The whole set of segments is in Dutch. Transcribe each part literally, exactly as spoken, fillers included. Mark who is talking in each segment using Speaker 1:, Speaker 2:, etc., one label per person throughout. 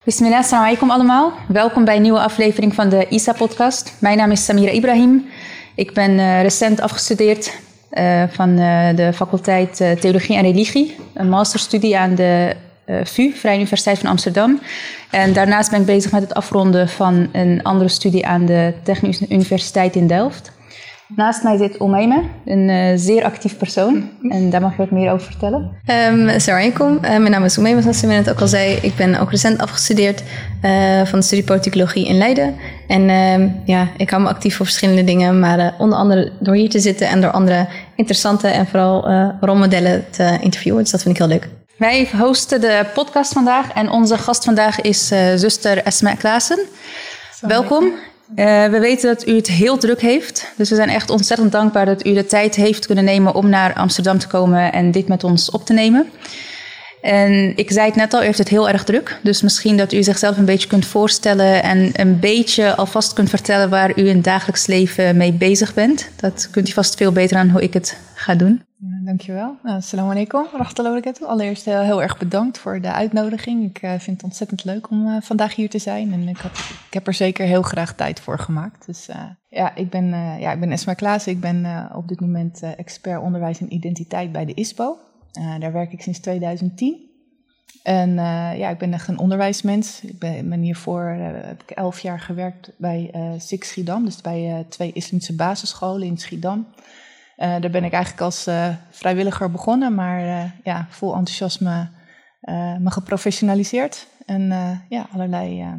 Speaker 1: Bismillah, assalamu alaikum allemaal. Welkom bij een nieuwe aflevering van de ISA-podcast. Mijn naam is Samira Ibrahim. Ik ben uh, recent afgestudeerd uh, van uh, de faculteit uh, Theologie en Religie. Een masterstudie aan de uh, V U, Vrije Universiteit van Amsterdam. En daarnaast ben ik bezig met het afronden van een andere studie aan de Technische Universiteit in Delft. Naast mij zit Omeime, een uh, zeer actief persoon. En daar mag je wat meer over vertellen.
Speaker 2: Um, Assalamu alaikum. Uh, mijn naam is Omeime, zoals Simon net ook al zei. Ik ben ook recent afgestudeerd uh, van de studie politicologie in Leiden. En uh, ja, ik hou me actief voor verschillende dingen. Maar uh, onder andere door hier te zitten en door andere interessante en vooral uh, rolmodellen te interviewen. Dus dat vind ik heel leuk.
Speaker 1: Wij hosten de podcast vandaag. En onze gast vandaag is uh, zuster Esma Klaassen. Welkom. Uh, we weten dat u het heel druk heeft. Dus we zijn echt ontzettend dankbaar dat u de tijd heeft kunnen nemen om naar Amsterdam te komen en dit met ons op te nemen. En ik zei het net al, u heeft het heel erg druk. Dus misschien dat u zichzelf een beetje kunt voorstellen en een beetje alvast kunt vertellen waar u in het dagelijks leven mee bezig bent. Dat kunt u vast veel beter aan hoe ik het ga doen.
Speaker 3: Ja, dankjewel. Uh, Assalamu alaikum. Allereerst uh, heel erg bedankt voor de uitnodiging. Ik uh, vind het ontzettend leuk om uh, vandaag hier te zijn. En ik, had, ik heb er zeker heel graag tijd voor gemaakt. Dus uh, ja, ik ben, uh, ja, ik ben Esma Klaassen. Ik ben uh, op dit moment uh, expert onderwijs en identiteit bij de I S P O. Uh, daar werk ik sinds tweeduizend tien. En uh, ja, ik ben echt een onderwijsmens. Ik ben, ben hiervoor uh, heb ik elf jaar gewerkt bij uh, S I K Schiedam. Dus bij uh, twee islamitische basisscholen in Schiedam. Uh, daar ben ik eigenlijk als uh, vrijwilliger begonnen, maar uh, ja, vol enthousiasme uh, me geprofessionaliseerd. En uh, ja, allerlei uh,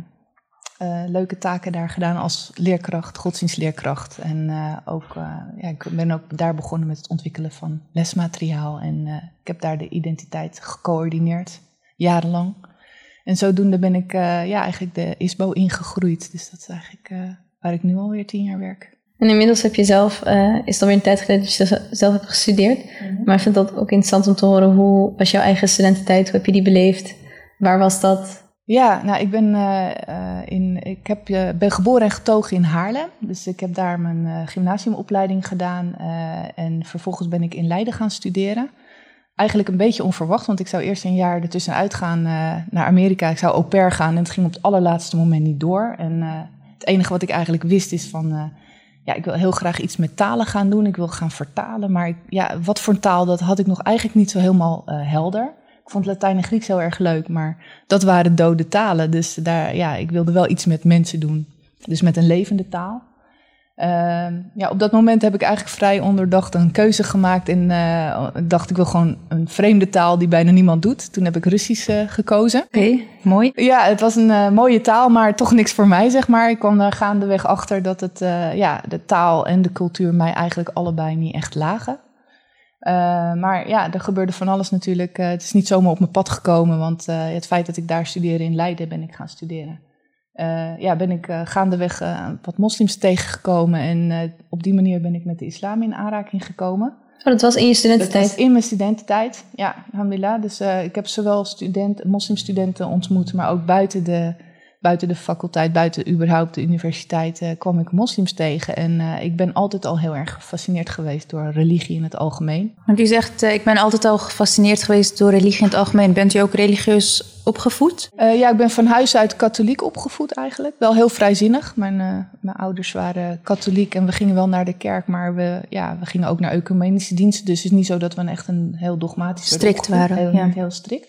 Speaker 3: uh, leuke taken daar gedaan als leerkracht, godsdienstleerkracht. En uh, ook, uh, ja, ik ben ook daar begonnen met het ontwikkelen van lesmateriaal. En uh, ik heb daar de identiteit gecoördineerd, jarenlang. En zodoende ben ik uh, ja, eigenlijk de I S B O ingegroeid. Dus dat is eigenlijk uh, waar ik nu alweer tien jaar werk.
Speaker 2: En inmiddels heb je zelf, uh, is het alweer een tijd geleden dat je zelf hebt gestudeerd. Mm-hmm. Maar ik vind dat ook interessant om te horen. Hoe was jouw eigen studententijd? Hoe heb je die beleefd? Waar was dat?
Speaker 3: Ja, nou, ik ben, uh, in, ik heb, uh, ben geboren en getogen in Haarlem. Dus ik heb daar mijn uh, gymnasiumopleiding gedaan. Uh, en vervolgens ben ik in Leiden gaan studeren. Eigenlijk een beetje onverwacht, want ik zou eerst een jaar ertussenuit gaan uh, naar Amerika. Ik zou au pair gaan en het ging op het allerlaatste moment niet door. En uh, het enige wat ik eigenlijk wist is van... Uh, Ja, ik wil heel graag iets met talen gaan doen. Ik wil gaan vertalen. Maar ik, ja, wat voor een taal, dat had ik nog eigenlijk niet zo helemaal uh, helder. Ik vond Latijn en Grieks heel erg leuk, maar dat waren dode talen. Dus daar, ja, ik wilde wel iets met mensen doen. Dus met een levende taal. Uh, ja, op dat moment heb ik eigenlijk vrij ondoordacht een keuze gemaakt. En uh, dacht, ik wil gewoon een vreemde taal die bijna niemand doet. Toen heb ik Russisch uh, gekozen.
Speaker 1: Oké, okay, mooi.
Speaker 3: Ja, het was een uh, mooie taal, maar toch niks voor mij, zeg maar. Ik kwam daar gaandeweg achter dat het, uh, ja, de taal en de cultuur mij eigenlijk allebei niet echt lagen. Uh, maar ja, er gebeurde van alles natuurlijk. Uh, het is niet zomaar op mijn pad gekomen, want uh, het feit dat ik daar studeerde in Leiden, ben ik gaan studeren. Uh, ja, ben ik uh, gaandeweg uh, wat moslims tegengekomen en uh, op die manier ben ik met de islam in aanraking gekomen.
Speaker 2: Oh, dat was in je studententijd?
Speaker 3: Dat was in mijn studententijd, ja, alhamdulillah. Dus uh, ik heb zowel student, moslimstudenten ontmoet, maar ook buiten de, buiten de faculteit, buiten überhaupt de universiteit uh, kwam ik moslims tegen. En uh, ik ben altijd al heel erg gefascineerd geweest door religie in het algemeen.
Speaker 1: Want u zegt, uh, ik ben altijd al gefascineerd geweest door religie in het algemeen. Bent u ook religieus opgevoed?
Speaker 3: Uh, ja, ik ben van huis uit katholiek opgevoed eigenlijk. Wel heel vrijzinnig. Mijn, uh, mijn ouders waren katholiek en we gingen wel naar de kerk, maar we, ja, we gingen ook naar ecumenische diensten. Dus het is niet zo dat we echt een heel dogmatisch
Speaker 1: strikt waren.
Speaker 3: Heel,
Speaker 1: ja.
Speaker 3: Niet heel strikt.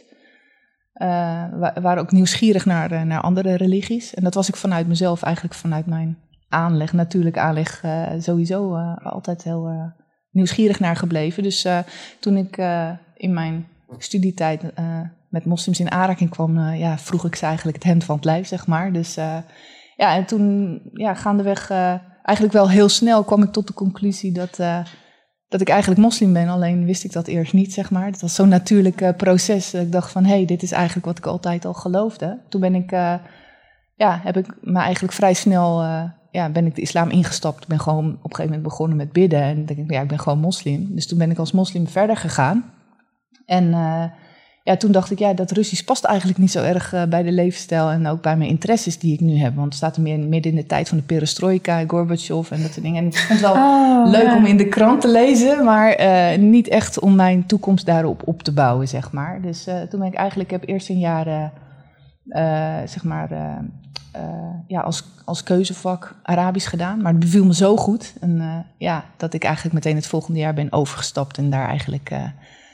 Speaker 3: Uh, we waren ook nieuwsgierig naar, uh, naar andere religies. En dat was ik vanuit mezelf, eigenlijk vanuit mijn aanleg, natuurlijk aanleg, uh, sowieso uh, altijd heel uh, nieuwsgierig naar gebleven. Dus uh, toen ik uh, in mijn studietijd uh, met moslims in aanraking kwam, uh, ja, vroeg ik ze eigenlijk het hemd van het lijf, zeg maar. Dus uh, ja, en toen ja, gaandeweg, uh, eigenlijk wel heel snel kwam ik tot de conclusie dat... Uh, dat ik eigenlijk moslim ben, alleen wist ik dat eerst niet, zeg maar. Het was zo'n natuurlijk uh, proces. Dat ik dacht van, hé, hey, dit is eigenlijk wat ik altijd al geloofde. Toen ben ik, uh, ja, heb ik me eigenlijk vrij snel, uh, ja, ben ik de islam ingestapt. Ik ben gewoon op een gegeven moment begonnen met bidden. En denk ik, ja, ik ben gewoon moslim. Dus toen ben ik als moslim verder gegaan. En uh, ja, toen dacht ik, ja, dat Russisch past eigenlijk niet zo erg uh, bij de levensstijl en ook bij mijn interesses die ik nu heb. Want het staat er meer midden in de tijd van de perestrojka, Gorbachev en dat soort dingen. En ik vond het wel oh, leuk ja. om in de krant te lezen, maar uh, niet echt om mijn toekomst daarop op te bouwen, zeg maar. Dus uh, toen ben ik eigenlijk, ik heb eerst een jaar uh, uh, zeg maar, uh, uh, ja, als, als keuzevak Arabisch gedaan. Maar het beviel me zo goed en, uh, ja, dat ik eigenlijk meteen het volgende jaar ben overgestapt en daar eigenlijk uh,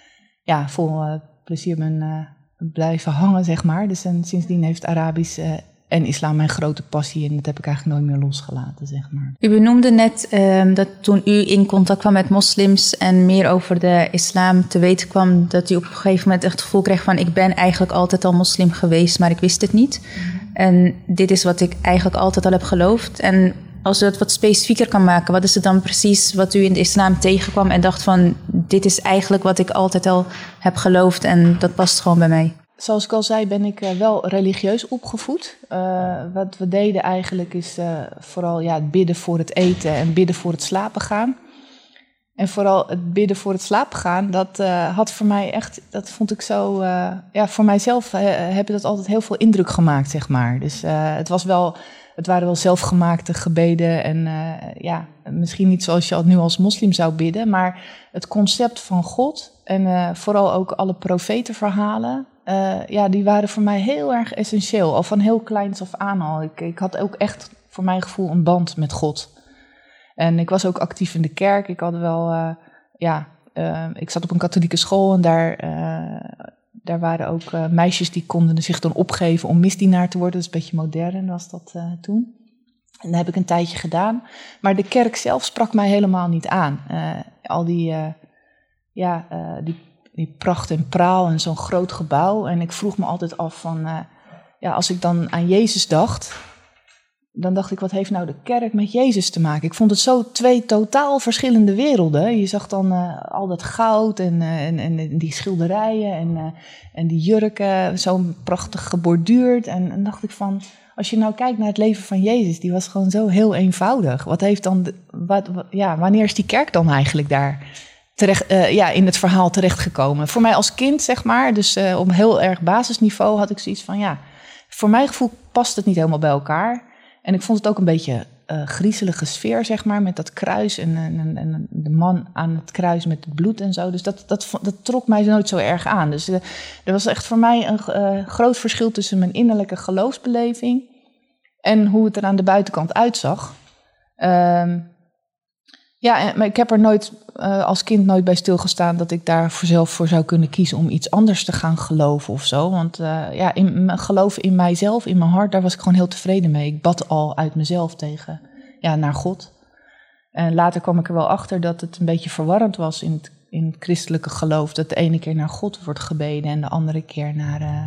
Speaker 3: ja, vol uh, plezier ben uh, blijven hangen, zeg maar. Dus en sindsdien heeft Arabisch uh, en islam mijn grote passie en dat heb ik eigenlijk nooit meer losgelaten, zeg maar.
Speaker 1: U benoemde net uh, dat toen u in contact kwam met moslims en meer over de islam te weten kwam, dat u op een gegeven moment echt het gevoel kreeg van ik ben eigenlijk altijd al moslim geweest, maar ik wist het niet. Mm-hmm. En dit is wat ik eigenlijk altijd al heb geloofd. En als u dat wat specifieker kan maken, wat is het dan precies wat u in de islam tegenkwam en dacht van dit is eigenlijk wat ik altijd al heb geloofd en dat past gewoon bij mij?
Speaker 3: Zoals ik al zei, ben ik uh, wel religieus opgevoed. Uh, wat we deden eigenlijk is uh, vooral ja, het bidden voor het eten en bidden voor het slapen gaan. En vooral het bidden voor het slapen gaan, dat uh, had voor mij echt, dat vond ik zo, uh, ja, voor mijzelf uh, heb dat altijd heel veel indruk gemaakt, zeg maar. Dus uh, het was wel, het waren wel zelfgemaakte gebeden en uh, ja, misschien niet zoals je het nu als moslim zou bidden, maar het concept van God en uh, vooral ook alle profetenverhalen, uh, ja, die waren voor mij heel erg essentieel, al van heel kleins af aan al. Ik, ik had ook echt voor mijn gevoel een band met God. En ik was ook actief in de kerk. Ik had wel, uh, ja, uh, ik zat op een katholieke school en daar, uh, daar waren ook uh, meisjes die konden zich dan opgeven om misdienaar te worden. Dat is een beetje modern was dat uh, toen. En dat heb ik een tijdje gedaan. Maar de kerk zelf sprak mij helemaal niet aan. Uh, al die, uh, ja, uh, die, die pracht en praal en zo'n groot gebouw. En ik vroeg me altijd af van, uh, ja, als ik dan aan Jezus dacht, dan dacht ik, wat heeft nou de kerk met Jezus te maken? Ik vond het zo twee totaal verschillende werelden. Je zag dan uh, al dat goud en, uh, en, en die schilderijen en, uh, en die jurken, zo prachtig geborduurd. En dan dacht ik van, als je nou kijkt naar het leven van Jezus, die was gewoon zo heel eenvoudig. Wat heeft dan, de, wat, wat, ja, wanneer is die kerk dan eigenlijk daar terecht, uh, ja, in het verhaal terechtgekomen? Voor mij als kind, zeg maar, dus uh, op heel erg basisniveau had ik zoiets van, ja, voor mijn gevoel past het niet helemaal bij elkaar. En ik vond het ook een beetje uh, griezelige sfeer, zeg maar, met dat kruis en, en, en de man aan het kruis met het bloed en zo. Dus dat, dat, dat trok mij nooit zo erg aan. Dus uh, er was echt voor mij een uh, groot verschil tussen mijn innerlijke geloofsbeleving en hoe het er aan de buitenkant uitzag. Uh, ja, maar ik heb er nooit uh, als kind nooit bij stilgestaan dat ik daar voor zelf voor zou kunnen kiezen om iets anders te gaan geloven of zo. Want uh, ja, in, mijn geloof in mijzelf, in mijn hart, daar was ik gewoon heel tevreden mee. Ik bad al uit mezelf tegen, ja, naar God. En later kwam ik er wel achter dat het een beetje verwarrend was in het, in het christelijke geloof. Dat de ene keer naar God wordt gebeden en de andere keer naar, uh,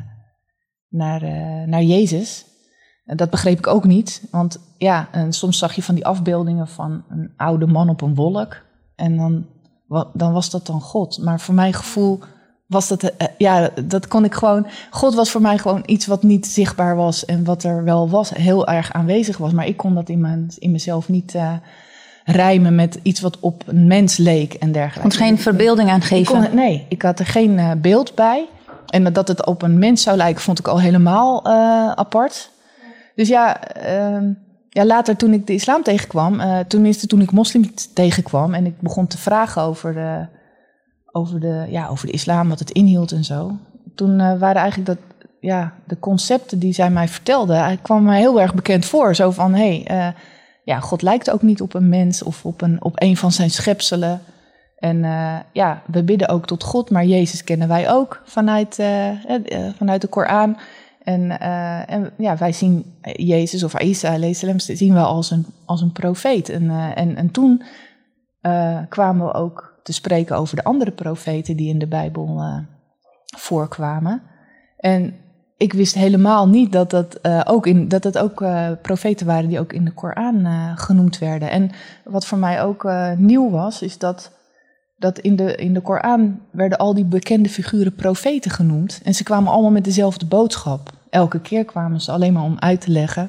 Speaker 3: naar, uh, naar Jezus. Dat begreep ik ook niet, want ja, en soms zag je van die afbeeldingen van een oude man op een wolk. En dan, dan was dat dan God. Maar voor mijn gevoel was dat, uh, ja, dat kon ik gewoon. God was voor mij gewoon iets wat niet zichtbaar was en wat er wel was, heel erg aanwezig was. Maar ik kon dat in, mijn, in mezelf niet uh, rijmen met iets wat op een mens leek en dergelijke.
Speaker 1: Kon geen verbeelding aan geven?
Speaker 3: Ik kon, nee, ik had er geen uh, beeld bij. En dat het op een mens zou lijken, vond ik al helemaal uh, apart. Dus ja, uh, ja, later toen ik de islam tegenkwam, uh, tenminste toen ik moslim tegenkwam en ik begon te vragen over de, over de, ja, over de islam, wat het inhield en zo. Toen uh, waren eigenlijk dat, ja, de concepten die zij mij vertelde, hij kwam mij heel erg bekend voor. Zo van, hé, hey, uh, ja, God lijkt ook niet op een mens of op een, op een van zijn schepselen. En uh, ja, we bidden ook tot God, maar Jezus kennen wij ook vanuit, uh, uh, vanuit de Koran. En, uh, en ja, wij zien Jezus of Isa alayhi salam zien we als een, als een profeet. En, uh, en, en toen uh, kwamen we ook te spreken over de andere profeten die in de Bijbel uh, voorkwamen. En ik wist helemaal niet dat dat, uh, ook, in, dat het ook uh, profeten waren die ook in de Koran uh, genoemd werden. En wat voor mij ook uh, nieuw was, is dat, dat in de, in de Koran werden al die bekende figuren profeten genoemd. En ze kwamen allemaal met dezelfde boodschap. Elke keer kwamen ze alleen maar om uit te leggen,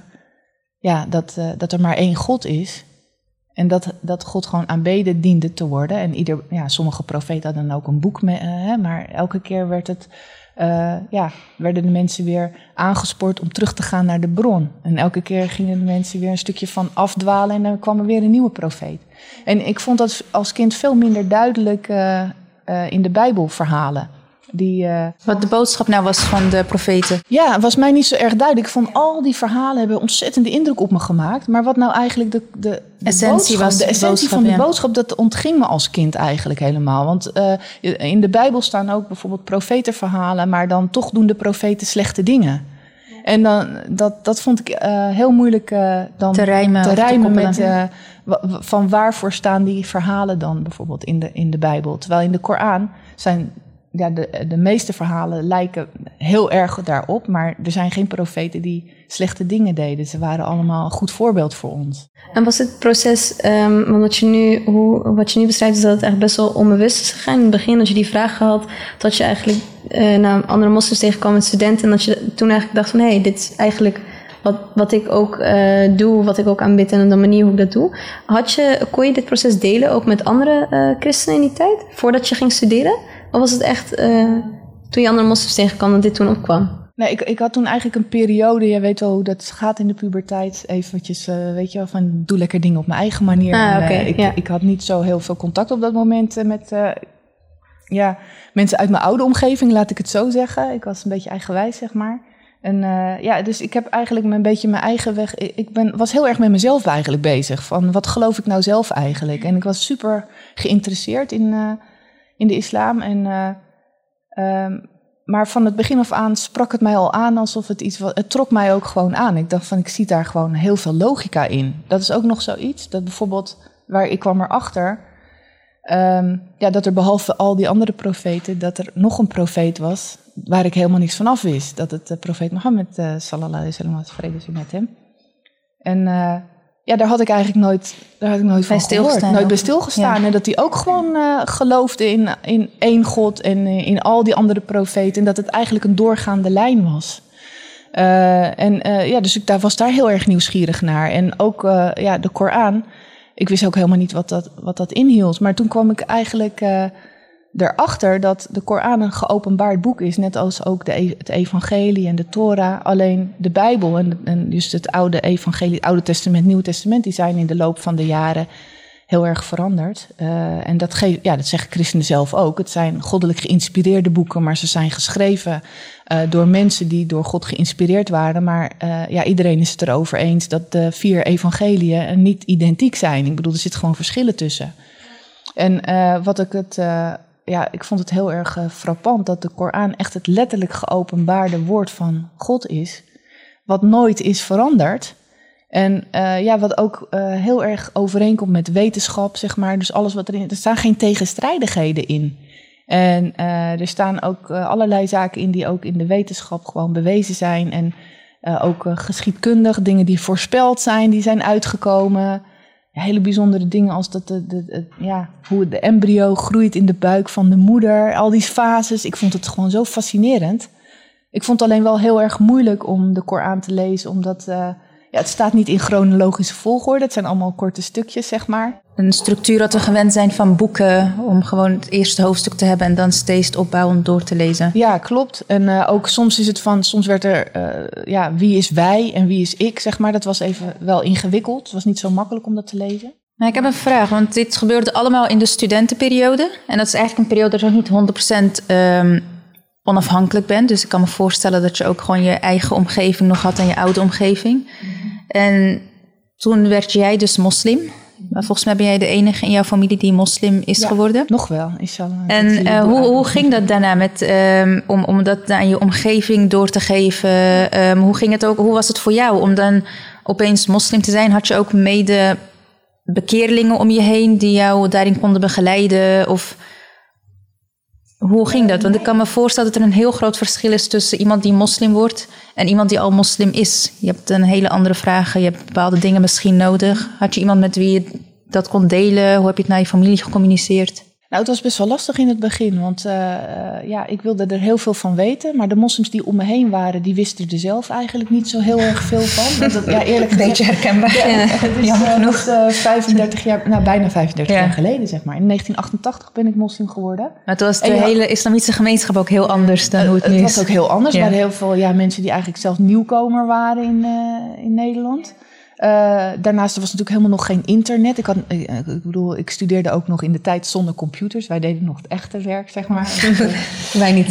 Speaker 3: ja, dat, uh, dat er maar één God is. En dat, dat God gewoon aanbeden diende te worden. En ieder, ja, sommige profeten hadden dan ook een boek, mee, uh, hè, maar elke keer werd het, uh, ja, werden de mensen weer aangespoord om terug te gaan naar de bron. En elke keer gingen de mensen weer een stukje van afdwalen en dan kwam er weer een nieuwe profeet. En ik vond dat als kind veel minder duidelijk uh, uh, in de Bijbelverhalen. Die, uh,
Speaker 1: Wat de boodschap nou was van de profeten.
Speaker 3: Ja, was mij niet zo erg duidelijk. Ik vond al die verhalen hebben ontzettende indruk op me gemaakt. Maar wat nou eigenlijk de, de, de
Speaker 1: essentie
Speaker 3: boodschap,
Speaker 1: was,
Speaker 3: de essentie van die
Speaker 1: ja.
Speaker 3: boodschap, dat ontging me als kind eigenlijk helemaal. Want uh, in de Bijbel staan ook bijvoorbeeld profetenverhalen, maar dan toch doen de profeten slechte dingen. En dan, dat, dat vond ik uh, heel moeilijk uh, dan
Speaker 1: te rijmen,
Speaker 3: te rijmen
Speaker 1: te
Speaker 3: met uh, w- van waarvoor staan die verhalen dan bijvoorbeeld in de, in de Bijbel. Terwijl in de Koran zijn ja, de, de meeste verhalen lijken heel erg daarop, maar er zijn geen profeten die slechte dingen deden. Ze waren allemaal een goed voorbeeld voor ons.
Speaker 2: En was het proces, um, want wat je, nu, hoe, wat je nu beschrijft, is dat het echt best wel onbewust is gegaan. In het begin dat je die vraag had, dat je eigenlijk uh, naar andere moslims tegenkwam met studenten en dat je toen eigenlijk dacht van, hé, hey, dit is eigenlijk wat, wat ik ook uh, doe, wat ik ook aanbid en de manier hoe ik dat doe. Had je, kon je dit proces delen ook met andere uh, christenen in die tijd, voordat je ging studeren? Of was het echt uh, toen je andere moslims tegenkwam dat dit toen opkwam?
Speaker 3: Nee, ik, ik had toen eigenlijk een periode, jij weet wel hoe dat gaat in de puberteit, eventjes, uh, weet je wel, van doe lekker dingen op mijn eigen manier.
Speaker 2: Ah,
Speaker 3: en, uh,
Speaker 2: okay,
Speaker 3: ik,
Speaker 2: ja.
Speaker 3: ik had niet zo heel veel contact op dat moment uh, met uh, ja, mensen uit mijn oude omgeving, laat ik het zo zeggen. Ik was een beetje eigenwijs, zeg maar. En uh, ja, dus ik heb eigenlijk een beetje mijn eigen weg. Ik ben, was heel erg met mezelf eigenlijk bezig. Van wat geloof ik nou zelf eigenlijk? En ik was super geïnteresseerd in, uh, in de islam. En, uh, um, maar van het begin af aan sprak het mij al aan alsof het iets was. Het trok mij ook gewoon aan. Ik dacht van, ik zie daar gewoon heel veel logica in. Dat is ook nog zoiets. Dat bijvoorbeeld, waar ik kwam erachter. Um, ja, dat er behalve al die andere profeten, dat er nog een profeet was waar ik helemaal niks van af wist. Dat het de profeet Mohammed, uh, sallallahu alaihi wasallam, was, vrede zij met hem. En uh, ja, daar had ik eigenlijk nooit, daar had ik nooit van gehoord. Nooit bij stilgestaan. Ja. En dat hij ook gewoon uh, geloofde in, in één God en uh, in al die andere profeten. En dat het eigenlijk een doorgaande lijn was. Uh, en uh, ja, dus ik daar was daar heel erg nieuwsgierig naar. En ook uh, ja, de Koran. Ik wist ook helemaal niet wat dat, wat dat inhield. Maar toen kwam ik eigenlijk uh, erachter dat de Koran een geopenbaard boek is. Net als ook de, het evangelie en de Torah. Alleen de Bijbel en, en dus het oude evangelie, het Oude Testament, Nieuwe Testament, die zijn in de loop van de jaren heel erg veranderd. Uh, en dat, geef, ja, dat zeggen christenen zelf ook. Het zijn goddelijk geïnspireerde boeken, maar ze zijn geschreven uh, door mensen die door God geïnspireerd waren. Maar uh, ja, iedereen is het erover eens dat de vier evangeliën niet identiek zijn. Ik bedoel, er zitten gewoon verschillen tussen. En uh, wat ik het, uh, ja, ik vond het heel erg uh, frappant dat de Koran echt het letterlijk geopenbaarde woord van God is, wat nooit is veranderd. En uh, ja, wat ook uh, heel erg overeenkomt met wetenschap, zeg maar. Dus alles wat erin... Er staan geen tegenstrijdigheden in. En uh, er staan ook uh, allerlei zaken in die ook in de wetenschap gewoon bewezen zijn. En uh, ook uh, geschiedkundig, dingen die voorspeld zijn, die zijn uitgekomen. Ja, hele bijzondere dingen als dat de, de, de, ja, hoe de embryo groeit in de buik van de moeder. Al die fases. Ik vond het gewoon zo fascinerend. Ik vond het alleen wel heel erg moeilijk om de Koran te lezen, omdat... Uh, Ja, het staat niet in chronologische volgorde. Het zijn allemaal korte stukjes, zeg maar.
Speaker 1: Een structuur dat we gewend zijn van boeken, om gewoon het eerste hoofdstuk te hebben en dan steeds het opbouwend door te lezen.
Speaker 3: Ja, klopt. En uh, ook soms is het van, soms werd er, uh, ja, wie is wij en wie is ik, zeg maar. Dat was even wel ingewikkeld. Het was niet zo makkelijk om dat te lezen.
Speaker 1: Maar ik heb een vraag, want dit gebeurde allemaal in de studentenperiode. En dat is eigenlijk een periode dat je ook niet honderd procent um, onafhankelijk bent. Dus ik kan me voorstellen dat je ook gewoon je eigen omgeving nog had en je oude omgeving. Mm-hmm. En toen werd jij dus moslim. Maar volgens mij ben jij de enige in jouw familie die moslim is ja, geworden.
Speaker 3: Nog wel, inshallah.
Speaker 1: En uh, hoe, hoe ging dat daarna met, um, om, om dat aan je omgeving door te geven? Um, hoe ging het ook? Hoe was het voor jou om dan opeens moslim te zijn? Had je ook mede bekeerlingen om je heen die jou daarin konden begeleiden? Of hoe ging dat? Want ik kan me voorstellen dat er een heel groot verschil is tussen iemand die moslim wordt en iemand die al moslim is. Je hebt een hele andere vragen, je hebt bepaalde dingen misschien nodig. Had je iemand met wie je dat kon delen? Hoe heb je het naar je familie gecommuniceerd?
Speaker 3: Nou, het was best wel lastig in het begin, want uh, ja, ik wilde er heel veel van weten. Maar de moslims die om me heen waren, die wisten er zelf eigenlijk niet zo heel erg veel van. Want dat, ja, eerlijk gezegd,
Speaker 1: beetje herkenbaar. Ja, ja,
Speaker 3: het is jammer genoeg uh, vijfendertig jaar, nou bijna vijfendertig ja. jaar geleden, zeg maar. In negentien achtentachtig ben ik moslim geworden.
Speaker 1: Maar toen was de en, hele islamitische gemeenschap ook heel anders dan uh, hoe het nu is.
Speaker 3: Het was ook heel anders. Er ja. waren heel veel ja, mensen die eigenlijk zelf nieuwkomer waren in, uh, in Nederland. daarnaast er was natuurlijk helemaal nog geen internet. Ik, had, ik, ik bedoel, ik studeerde ook nog in de tijd zonder computers. Wij deden nog het echte werk, zeg maar.
Speaker 2: Wij niet.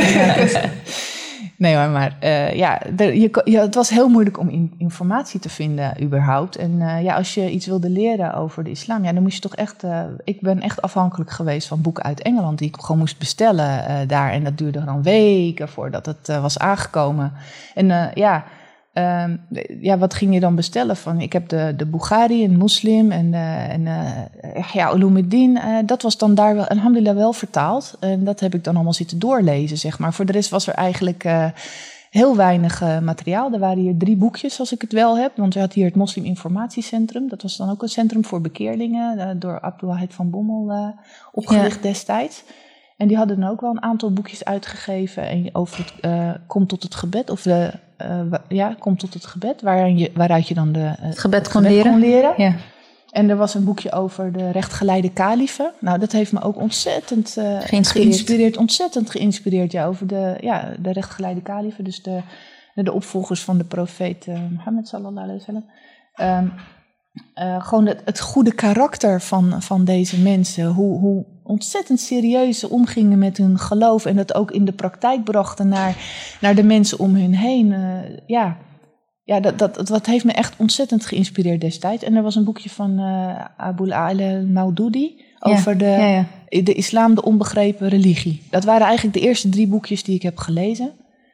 Speaker 3: Nee, maar, maar uh, ja, de, je, ja, het was heel moeilijk om in, informatie te vinden überhaupt. En uh, ja, als je iets wilde leren over de islam, ja, dan moest je toch echt... Uh, ik ben echt afhankelijk geweest van boeken uit Engeland die ik gewoon moest bestellen uh, daar. En dat duurde dan weken voordat het uh, was aangekomen. En uh, ja... Um, ja, wat ging je dan bestellen? Van, ik heb de, de Bukhari, een moslim en, uh, en uh, ja, Ulumuddin. Uh, dat was dan daar wel, alhamdulillah, wel vertaald. En dat heb ik dan allemaal zitten doorlezen, zeg maar. Voor de rest was er eigenlijk uh, heel weinig uh, materiaal. Er waren hier drie boekjes, als ik het wel heb. Want we hadden hier het Moslim Informatiecentrum. Dat was dan ook een centrum voor bekeerlingen. Uh, door Abdulwahid van Bommel uh, opgericht ja. destijds. En die hadden dan ook wel een aantal boekjes uitgegeven. En over het uh, Kom tot het gebed. Of de, uh, ja, Kom tot het gebed. Waaruit je, waaruit je dan de, uh,
Speaker 1: het gebed,
Speaker 3: het
Speaker 1: kon,
Speaker 3: gebed
Speaker 1: leren.
Speaker 3: kon leren.
Speaker 1: Ja.
Speaker 3: En er was een boekje over de rechtgeleide kalifen. Nou, dat heeft me ook ontzettend uh,
Speaker 1: geïnspireerd.
Speaker 3: geïnspireerd. Ontzettend geïnspireerd, ja. Over de, ja, de rechtgeleide kalifen. Dus de, de opvolgers van de profeet uh, Mohammed sallallahu alaihi wasallam. Um, Uh, gewoon het, het goede karakter van, van deze mensen. Hoe, hoe ontzettend serieus ze omgingen met hun geloof. En dat ook in de praktijk brachten naar, naar de mensen om hun heen. Uh, ja, ja dat, dat, dat heeft me echt ontzettend geïnspireerd destijds. En er was een boekje van uh, Abul A'la al-Maududi. Over ja, de, ja, ja. de islam, de onbegrepen religie. Dat waren eigenlijk de eerste drie boekjes die ik heb gelezen.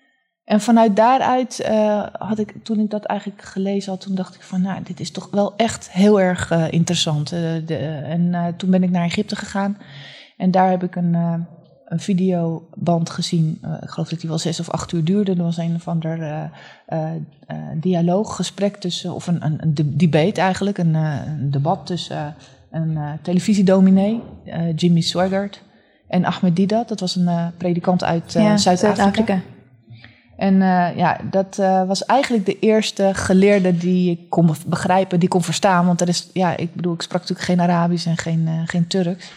Speaker 3: En vanuit daaruit uh, had ik, toen ik dat eigenlijk gelezen had, toen dacht ik van, nou, dit is toch wel echt heel erg uh, interessant. Uh, de, en uh, toen ben ik naar Egypte gegaan en daar heb ik een, uh, een videoband gezien. Uh, ik geloof dat die wel zes of acht uur duurde. Er was een of ander uh, uh, uh, dialoog, gesprek tussen, of een, een, een debate eigenlijk, een, uh, een debat tussen uh, een uh, televisiedominee, uh, Jimmy Swaggart, en Ahmed Deedat. Dat was een uh, predikant uit uh, ja, Zuid-Afrika. Zuid-Afrika. En uh, ja, dat uh, was eigenlijk de eerste geleerde die ik kon begrijpen, die kon verstaan. Want er is, ja, ik bedoel, ik sprak natuurlijk geen Arabisch en geen, uh, geen Turks.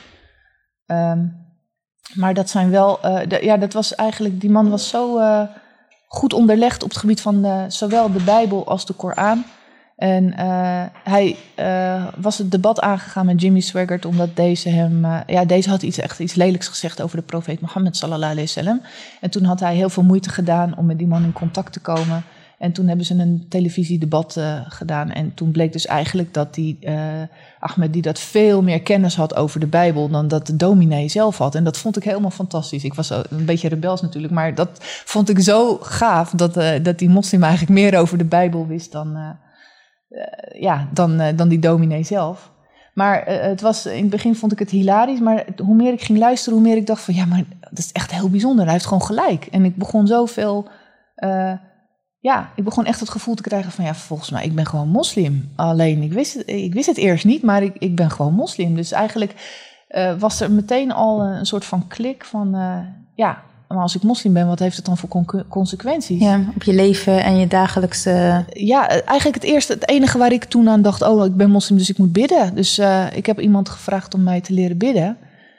Speaker 3: Um, maar dat zijn wel, uh, de, ja, dat was eigenlijk, die man was zo uh, goed onderlegd op het gebied van de, zowel de Bijbel als de Koran. En uh, hij uh, was het debat aangegaan met Jimmy Swaggart, omdat deze hem... Uh, ja, deze had iets, echt iets lelijks gezegd over de profeet Mohammed sallallahu alaihi wasallam. En toen had hij heel veel moeite gedaan om met die man in contact te komen. En toen hebben ze een televisiedebat uh, gedaan. En toen bleek dus eigenlijk dat die uh, Ahmed die dat veel meer kennis had over de Bijbel dan dat de dominee zelf had. En dat vond ik helemaal fantastisch. Ik was een beetje rebels natuurlijk, maar dat vond ik zo gaaf dat, uh, dat die moslim eigenlijk meer over de Bijbel wist dan... Uh, Uh, ja, dan, uh, dan die dominee zelf. Maar uh, het was, in het begin vond ik het hilarisch. Maar hoe meer ik ging luisteren, hoe meer ik dacht van... ja, maar dat is echt heel bijzonder. Hij heeft gewoon gelijk. En ik begon zoveel... Uh, ja, ik begon echt het gevoel te krijgen van... ja, volgens mij, ik ben gewoon moslim. Alleen, ik wist het, ik wist het eerst niet, maar ik, ik ben gewoon moslim. Dus eigenlijk uh, was er meteen al een soort van klik van... Uh, ja, maar als ik moslim ben, wat heeft het dan voor con- consequenties?
Speaker 1: Ja, op je leven en je dagelijkse...
Speaker 3: Ja, eigenlijk het eerste, het enige waar ik toen aan dacht... oh, ik ben moslim, dus ik moet bidden. Dus uh, ik heb iemand gevraagd om mij te leren bidden.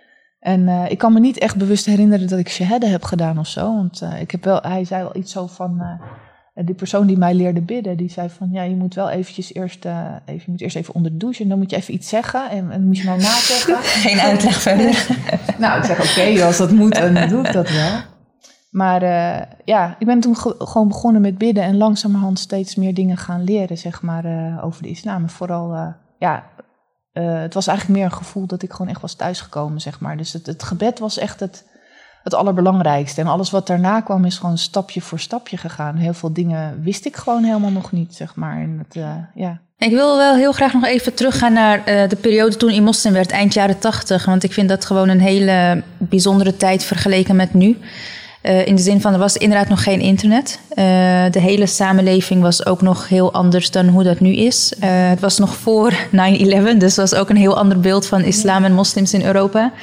Speaker 3: En uh, ik kan me niet echt bewust herinneren dat ik shahada heb gedaan of zo. Want uh, ik heb wel, hij zei wel iets zo van... Uh, die persoon die mij leerde bidden, die zei van... ja, je moet wel eventjes eerst, uh, even, je moet eerst even onder de douche... en dan moet je even iets zeggen en, en dan moet je mij nazeggen.
Speaker 1: Geen uitleg verder.
Speaker 3: Nou, ik zeg oké, okay, als dat moet, dan doe ik dat wel. Maar uh, ja, ik ben toen ge- gewoon begonnen met bidden... en langzamerhand steeds meer dingen gaan leren, zeg maar, uh, over de islam. En vooral, uh, ja, uh, het was eigenlijk meer een gevoel dat ik gewoon echt was thuisgekomen, zeg maar. Dus het, het gebed was echt het, het allerbelangrijkste. En alles wat daarna kwam is gewoon stapje voor stapje gegaan. Heel veel dingen wist ik gewoon helemaal nog niet, zeg maar. En het, uh, ja...
Speaker 1: Ik wil wel heel graag nog even teruggaan naar uh, de periode toen u moslim werd, eind jaren tachtig. Want ik vind dat gewoon een hele bijzondere tijd vergeleken met nu. Uh, in de zin van, er was inderdaad nog geen internet. Uh, de hele samenleving was ook nog heel anders dan hoe dat nu is. Uh, het was nog voor nine eleven, dus dat was ook een heel ander beeld van islam en moslims in Europa. Ja.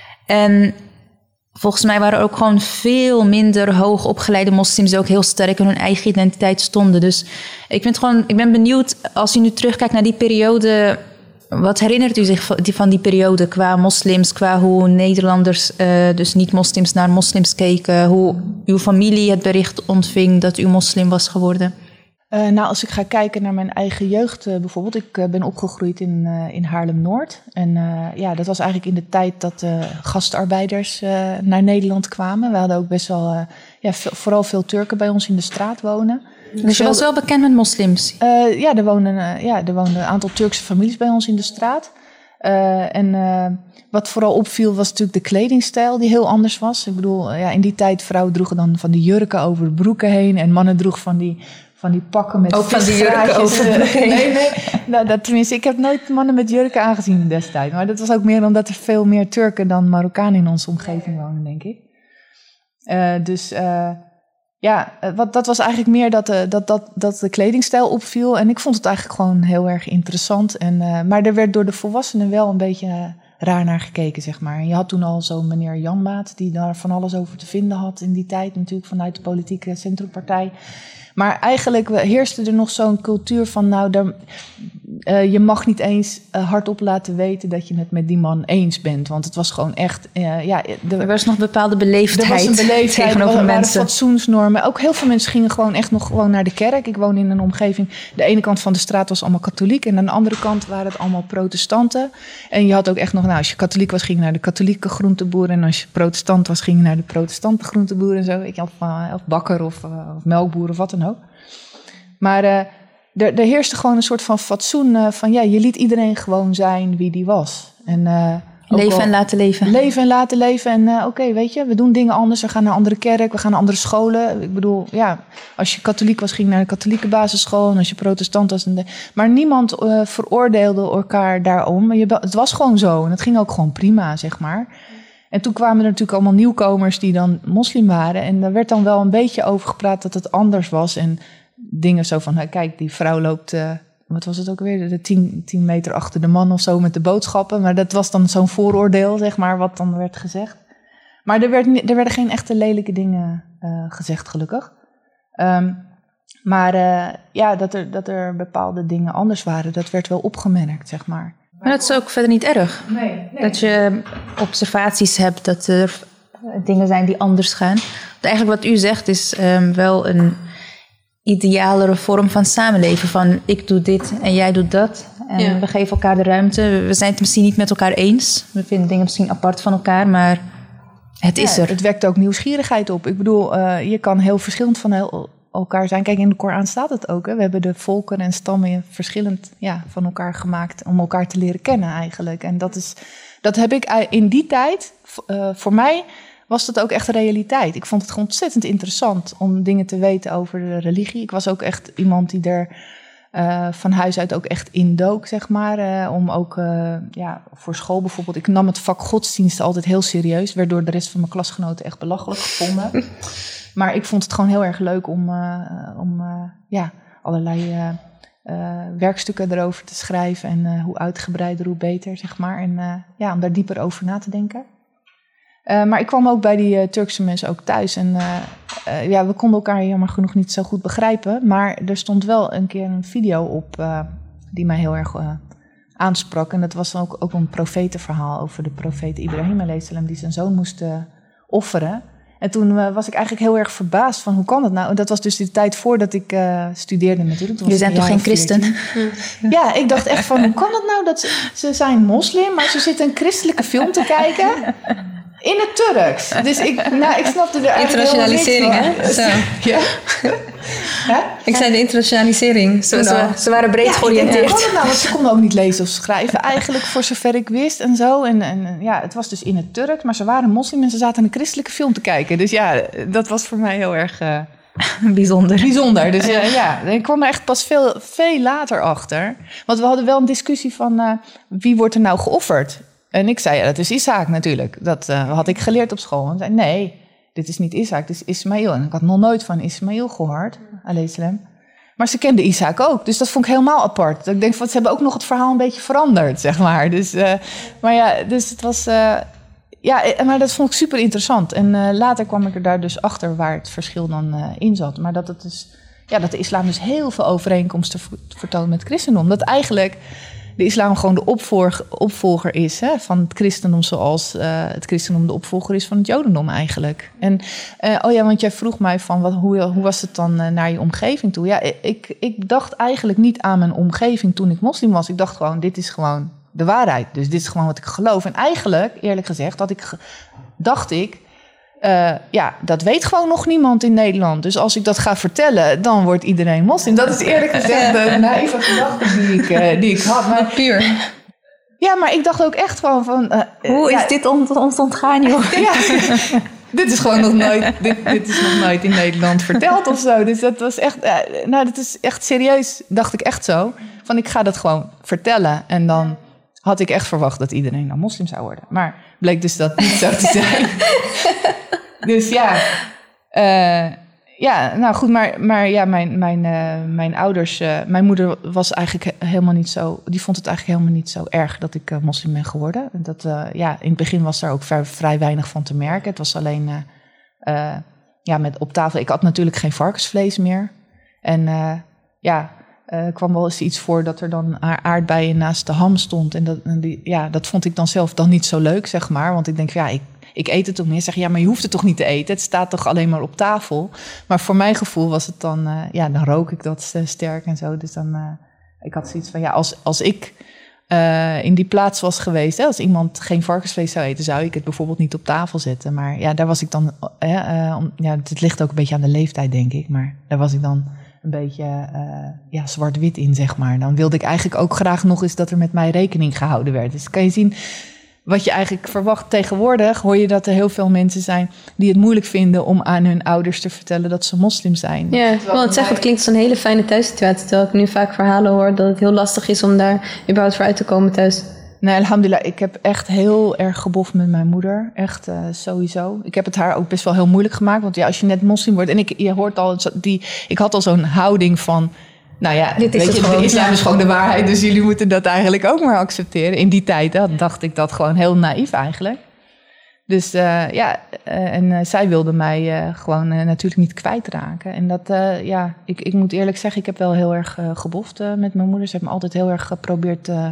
Speaker 1: En volgens mij waren er ook gewoon veel minder hoogopgeleide moslims die ook heel sterk in hun eigen identiteit stonden. Dus ik, vind gewoon, ik ben benieuwd, als u nu terugkijkt naar die periode... Wat herinnert u zich van die periode qua moslims, qua hoe Nederlanders, uh, dus niet-moslims, naar moslims keken, hoe uw familie het bericht ontving dat u moslim was geworden?
Speaker 3: Uh, nou, als ik ga kijken naar mijn eigen jeugd uh, bijvoorbeeld. Ik uh, ben opgegroeid in, uh, in Haarlem-Noord. En uh, ja, dat was eigenlijk in de tijd dat uh, gastarbeiders uh, naar Nederland kwamen. We hadden ook best wel, uh, ja, veel, vooral veel Turken bij ons in de straat wonen.
Speaker 1: Dus je was wel bekend met moslims?
Speaker 3: Uh, ja, er woonden, uh, ja, er woonden een aantal Turkse families bij ons in de straat. Uh, en uh, wat vooral opviel was natuurlijk de kledingstijl die heel anders was. Ik bedoel, uh, ja, in die tijd vrouwen droegen dan van die jurken over de broeken heen. En mannen droegen van die... Van die pakken met
Speaker 1: ook van die jurken over.
Speaker 3: Nee, nee. Nou, dat, tenminste, ik heb nooit mannen met jurken aangezien destijds. Maar dat was ook meer omdat er veel meer Turken dan Marokkanen in onze omgeving wonen, denk ik. Uh, dus uh, ja, wat, dat was eigenlijk meer dat de, dat, dat, dat de kledingstijl opviel. En ik vond het eigenlijk gewoon heel erg interessant. En, uh, maar er werd door de volwassenen wel een beetje uh, raar naar gekeken, zeg maar. En je had toen al zo'n meneer Janmaat, die daar van alles over te vinden had in die tijd. Natuurlijk vanuit de politieke centrumpartij. Maar eigenlijk heerste er nog zo'n cultuur van, nou, daar, uh, je mag niet eens uh, hardop laten weten dat je het met die man eens bent. Want het was gewoon echt, uh, ja... De,
Speaker 1: er was nog een bepaalde beleefdheid,
Speaker 3: er was een beleefdheid
Speaker 1: tegenover
Speaker 3: er
Speaker 1: mensen.
Speaker 3: Fatsoensnormen. Ook heel veel mensen gingen gewoon echt nog gewoon naar de kerk. Ik woon in een omgeving, de ene kant van de straat was allemaal katholiek en aan de andere kant waren het allemaal protestanten. En je had ook echt nog, nou, als je katholiek was, ging je naar de katholieke groenteboer. En als je protestant was, ging je naar de protestante groenteboer en zo. Ik, of, uh, of bakker of, uh, of melkboer of wat dan ook. Maar uh, er, er heerste gewoon een soort van fatsoen uh, van, ja, je liet iedereen gewoon zijn wie die was. En, uh,
Speaker 1: leven
Speaker 3: al,
Speaker 1: en laten leven.
Speaker 3: Leven en laten leven. En uh, oké, okay, weet je, we doen dingen anders. We gaan naar een andere kerk, we gaan naar andere scholen. Ik bedoel, ja, als je katholiek was, ging je naar de katholieke basisschool. En als je protestant was... De, maar niemand uh, veroordeelde elkaar daarom. Je, het was gewoon zo. En het ging ook gewoon prima, zeg maar. En toen kwamen er natuurlijk allemaal nieuwkomers die dan moslim waren. En daar werd dan wel een beetje over gepraat dat het anders was. En dingen zo van, kijk, die vrouw loopt, uh, wat was het ook weer, de tien, tien meter achter de man of zo met de boodschappen. Maar dat was dan zo'n vooroordeel, zeg maar, wat dan werd gezegd. Maar er, werd, er werden geen echte lelijke dingen uh, gezegd, gelukkig. Um, maar uh, ja, dat er, dat er bepaalde dingen anders waren, dat werd wel opgemerkt, zeg maar.
Speaker 1: Maar dat is ook verder niet erg.
Speaker 3: Nee, nee.
Speaker 1: Dat je observaties hebt, dat er dingen zijn die anders gaan. Want eigenlijk wat u zegt is um, wel een idealere vorm van samenleven. Van ik doe dit en jij doet dat. En ja. we geven elkaar de ruimte. We zijn het misschien niet met elkaar eens. We vinden dingen misschien apart van elkaar, maar het
Speaker 3: ja,
Speaker 1: is er.
Speaker 3: Het wekt ook nieuwsgierigheid op. Ik bedoel, uh, je kan heel verschillend van heel, elkaar zijn. Kijk, in de Koran staat het ook. Hè? We hebben de volken en stammen verschillend ja, van elkaar gemaakt om elkaar te leren kennen eigenlijk. En dat, is, dat heb ik in die tijd, uh, voor mij was dat ook echt een realiteit. Ik vond het gewoon ontzettend interessant om dingen te weten over de religie. Ik was ook echt iemand die er uh, van huis uit ook echt indook, zeg maar. Uh, om ook uh, ja, voor school bijvoorbeeld. Ik nam het vak godsdienst altijd heel serieus. Werd door de rest van mijn klasgenoten echt belachelijk gevonden. Maar ik vond het gewoon heel erg leuk om, uh, om uh, ja, allerlei uh, uh, werkstukken erover te schrijven. En uh, hoe uitgebreider, hoe beter, zeg maar. En uh, ja, om daar dieper over na te denken. Uh, maar ik kwam ook bij die uh, Turkse mensen ook thuis. En uh, uh, ja, we konden elkaar jammer genoeg niet zo goed begrijpen. Maar er stond wel een keer een video op uh, die mij heel erg uh, aansprak. En dat was ook, ook een profetenverhaal over de profeet Ibrahim alayhi salam, die zijn zoon moest uh, offeren. En toen uh, was ik eigenlijk heel erg verbaasd van hoe kan dat nou? Dat was dus de tijd voordat ik uh, studeerde natuurlijk.
Speaker 1: Je bent toch geen christen?
Speaker 3: Ja, ik dacht echt van hoe kan dat nou? Dat ze, ze zijn moslim, maar ze zitten een christelijke film te kijken in het Turks. Dus ik, nou, ik snapte er eigenlijk
Speaker 2: internationalisering, hè? Zo.
Speaker 3: Ja. Ja?
Speaker 2: Ik zei de internationalisering.
Speaker 1: Zo, ze, ze waren breed ja, georiënteerd.
Speaker 3: Hoe kan het nou? Want ze konden ook niet lezen of schrijven eigenlijk, voor zover ik wist en zo. En, en ja, het was dus in het Turks, maar ze waren moslim en ze zaten een christelijke film te kijken. Dus ja, dat was voor mij heel erg uh,
Speaker 1: bijzonder.
Speaker 3: Bijzonder. Dus uh, ja, ik kwam er echt pas veel, veel later achter. Want we hadden wel een discussie van uh, wie wordt er nou geofferd? En ik zei, ja, dat is Isaac natuurlijk. Dat uh, had ik geleerd op school. En zei, nee, dit is niet Isaac, dit is Ismaël. En ik had nog nooit van Ismaël gehoord, alayhi salam. Maar ze kende Isaac ook, dus dat vond ik helemaal apart. Ik denk, van, ze hebben ook nog het verhaal een beetje veranderd, zeg maar. Dus, uh, maar ja, dus het was... Uh, ja, maar dat vond ik super interessant. En uh, later kwam ik er daar dus achter waar het verschil dan uh, in zat. Maar dat, het dus, ja, dat de islam dus heel veel overeenkomsten vertoont met het christendom. Dat eigenlijk... de islam gewoon de opvolger, opvolger is hè, van het christendom, zoals uh, het christendom de opvolger is van het jodendom eigenlijk. En uh, oh ja, want jij vroeg mij van wat, hoe, hoe was het dan uh, naar je omgeving toe? Ja, ik, ik dacht eigenlijk niet aan mijn omgeving toen ik moslim was. Ik dacht gewoon, dit is gewoon de waarheid. Dus dit is gewoon wat ik geloof. En eigenlijk, eerlijk gezegd, dat ik ge- dacht ik, Uh, ja, dat weet gewoon nog niemand in Nederland. Dus als ik dat ga vertellen, dan wordt iedereen moslim. Dat is eerlijk gezegd de naïeve gedachte die ik, uh, die ik had. Maar,
Speaker 2: puur.
Speaker 3: Ja, maar ik dacht ook echt gewoon van... Uh,
Speaker 1: Hoe
Speaker 3: ja,
Speaker 1: is dit ons on- ontgaan, joh?
Speaker 3: Ja, dit is gewoon nog nooit, dit, dit is nog nooit in Nederland verteld of zo. Dus dat was echt, uh, nou, dat is echt serieus, dacht ik echt zo. Van ik ga dat gewoon vertellen. En dan had ik echt verwacht dat iedereen dan moslim zou worden. Maar bleek dus dat niet zo te zijn. Dus ja, uh, ja, nou goed, maar, maar ja, mijn, mijn, uh, mijn ouders, uh, mijn moeder was eigenlijk helemaal niet zo, die vond het eigenlijk helemaal niet zo erg dat ik uh, moslim ben geworden. Dat, uh, ja, in het begin was daar ook vrij, vrij weinig van te merken. Het was alleen, uh, uh, ja, met op tafel, ik had natuurlijk geen varkensvlees meer. En uh, ja, er uh, kwam wel eens iets voor dat er dan aardbeien naast de ham stond. En dat, en die, ja, dat vond ik dan zelf dan niet zo leuk, zeg maar. Want ik denk, ja, ik, ik eet het toch niet. Zeg, ja, maar je hoeft het toch niet te eten? Het staat toch alleen maar op tafel? Maar voor mijn gevoel was het dan, uh, ja, dan rook ik dat uh, sterk en zo. Dus dan, uh, ik had zoiets van, ja, als, als ik uh, in die plaats was geweest, hè, als iemand geen varkensvlees zou eten, zou ik het bijvoorbeeld niet op tafel zetten. Maar ja, daar was ik dan, uh, uh, om, ja, het ligt ook een beetje aan de leeftijd, denk ik. Maar daar was ik dan een beetje uh, ja, zwart-wit in, zeg maar. Dan wilde ik eigenlijk ook graag nog eens dat er met mij rekening gehouden werd. Dus kan je zien wat je eigenlijk verwacht. Tegenwoordig hoor je dat er heel veel mensen zijn die het moeilijk vinden om aan hun ouders te vertellen dat ze moslim zijn.
Speaker 2: Ja, ik wil het zeggen, het klinkt als een hele fijne thuissituatie. Terwijl ik nu vaak verhalen hoor dat het heel lastig is om daar überhaupt voor uit te komen thuis.
Speaker 3: Nee, alhamdulillah, ik heb echt heel erg geboft met mijn moeder. Echt uh, sowieso. Ik heb het haar ook best wel heel moeilijk gemaakt. Want ja, als je net moslim wordt... En ik, je hoort al, die, ik had al zo'n houding van... Nou ja,
Speaker 2: Dit is
Speaker 3: weet je,
Speaker 2: gewoon,
Speaker 3: de islam
Speaker 2: ja.
Speaker 3: is gewoon de waarheid. Dus jullie moeten dat eigenlijk ook maar accepteren. In die tijd hè, dacht ik dat gewoon heel naïef eigenlijk. Dus uh, ja, uh, en uh, zij wilde mij uh, gewoon uh, natuurlijk niet kwijtraken. En dat, uh, ja, ik, ik moet eerlijk zeggen, ik heb wel heel erg uh, geboft uh, met mijn moeder. Ze heeft me altijd heel erg geprobeerd uh,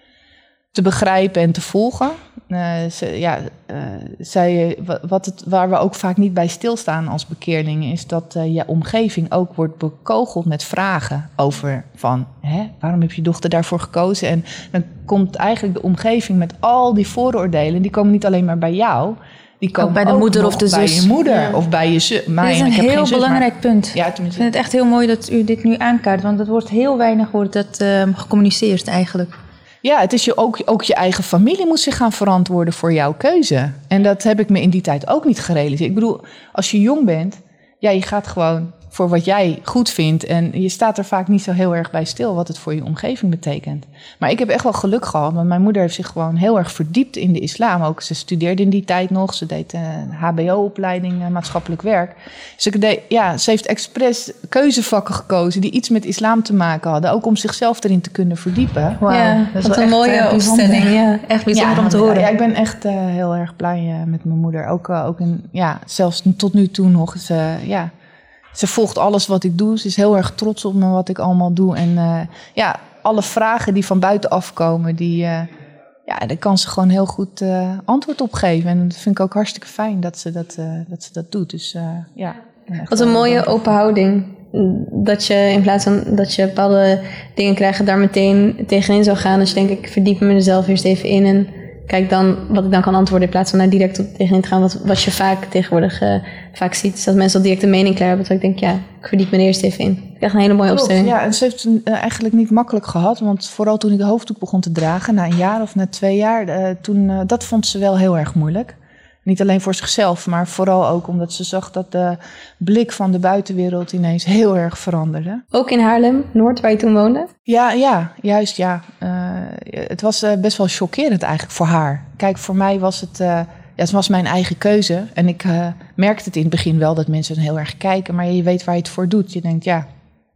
Speaker 3: te begrijpen en te volgen. Uh, ze, ja, uh, zij, wat het, waar we ook vaak niet bij stilstaan als bekeerlingen, is dat uh, je omgeving ook wordt bekogeld met vragen over van, hè, waarom heb je dochter daarvoor gekozen? En dan komt eigenlijk de omgeving met al die vooroordelen, die komen niet alleen maar bij jou, die komen
Speaker 1: ook bij de
Speaker 3: ook
Speaker 1: moeder of de
Speaker 3: bij
Speaker 1: zus.
Speaker 3: je moeder
Speaker 1: Ja.
Speaker 3: of bij je zus.
Speaker 1: Dit is een
Speaker 3: ik heb
Speaker 1: heel
Speaker 3: geen zus,
Speaker 1: belangrijk
Speaker 3: maar,
Speaker 1: punt.
Speaker 3: Ja,
Speaker 1: Ik
Speaker 3: tenminste.
Speaker 1: vind het echt heel mooi dat u dit nu aankaart, want het wordt heel weinig wordt het, uh, gecommuniceerd eigenlijk.
Speaker 3: Ja, het is je ook, ook je eigen familie moet zich gaan verantwoorden voor jouw keuze. En dat heb ik me in die tijd ook niet gerealiseerd. Ik bedoel, als je jong bent, ja, je gaat gewoon voor wat jij goed vindt. En je staat er vaak niet zo heel erg bij stil wat het voor je omgeving betekent. Maar ik heb echt wel geluk gehad, want mijn moeder heeft zich gewoon heel erg verdiept in de islam. Ook ze studeerde in die tijd nog, ze deed een H B O-opleiding, uh, maatschappelijk werk. Dus ik deed, ja, ze heeft expres keuzevakken gekozen die iets met islam te maken hadden. Ook om zichzelf erin te kunnen verdiepen.
Speaker 1: Wauw,
Speaker 2: Ja,
Speaker 1: dat is
Speaker 2: wat
Speaker 1: wel
Speaker 2: een
Speaker 1: echt,
Speaker 2: mooie
Speaker 1: uh, bijzonder.
Speaker 2: opstelling. Ja.
Speaker 1: Echt bijzonder
Speaker 3: Ja,
Speaker 1: om te horen.
Speaker 3: Ja, ik ben echt uh, heel erg blij uh, met mijn moeder. Ook, uh, ook in, ja, zelfs tot nu toe nog. Ze, ja, ze volgt alles wat ik doe. Ze is heel erg trots op me wat ik allemaal doe. En uh, ja, alle vragen die van buitenaf komen, die, uh, ja, daar kan ze gewoon heel goed uh, antwoord op geven. En dat vind ik ook hartstikke fijn dat ze dat, uh, dat, ze dat doet. Dus uh, ja.
Speaker 2: Wat een mooie open houding. Dat je in plaats van dat je bepaalde dingen krijgt, daar meteen tegenin zou gaan. Dus je denkt, ik verdiep me er zelf eerst even in en kijk dan wat ik dan kan antwoorden in plaats van daar direct op tegenin te gaan. Wat, wat je vaak tegenwoordig uh, vaak ziet, is dat mensen al direct een mening klaar hebben. Dat ik denk, ja, ik verdiep me er eerst even in. Echt een hele mooie
Speaker 3: Klopt,
Speaker 2: opstelling.
Speaker 3: ja, en ze heeft het uh, eigenlijk niet makkelijk gehad. Want vooral toen ik de hoofddoek begon te dragen, na een jaar of na twee jaar, uh, toen, uh, dat vond ze wel heel erg moeilijk. Niet alleen voor zichzelf, maar vooral ook omdat ze zag dat de blik van de buitenwereld ineens heel erg veranderde.
Speaker 2: Ook in Haarlem, Noord, waar je toen woonde?
Speaker 3: Ja, ja, juist ja. Uh, het was uh, best wel chockerend eigenlijk voor haar. Kijk, voor mij was het, uh, ja, het was mijn eigen keuze. En ik uh, merkte het in het begin wel dat mensen heel erg kijken. Maar je weet waar je het voor doet. Je denkt, ja,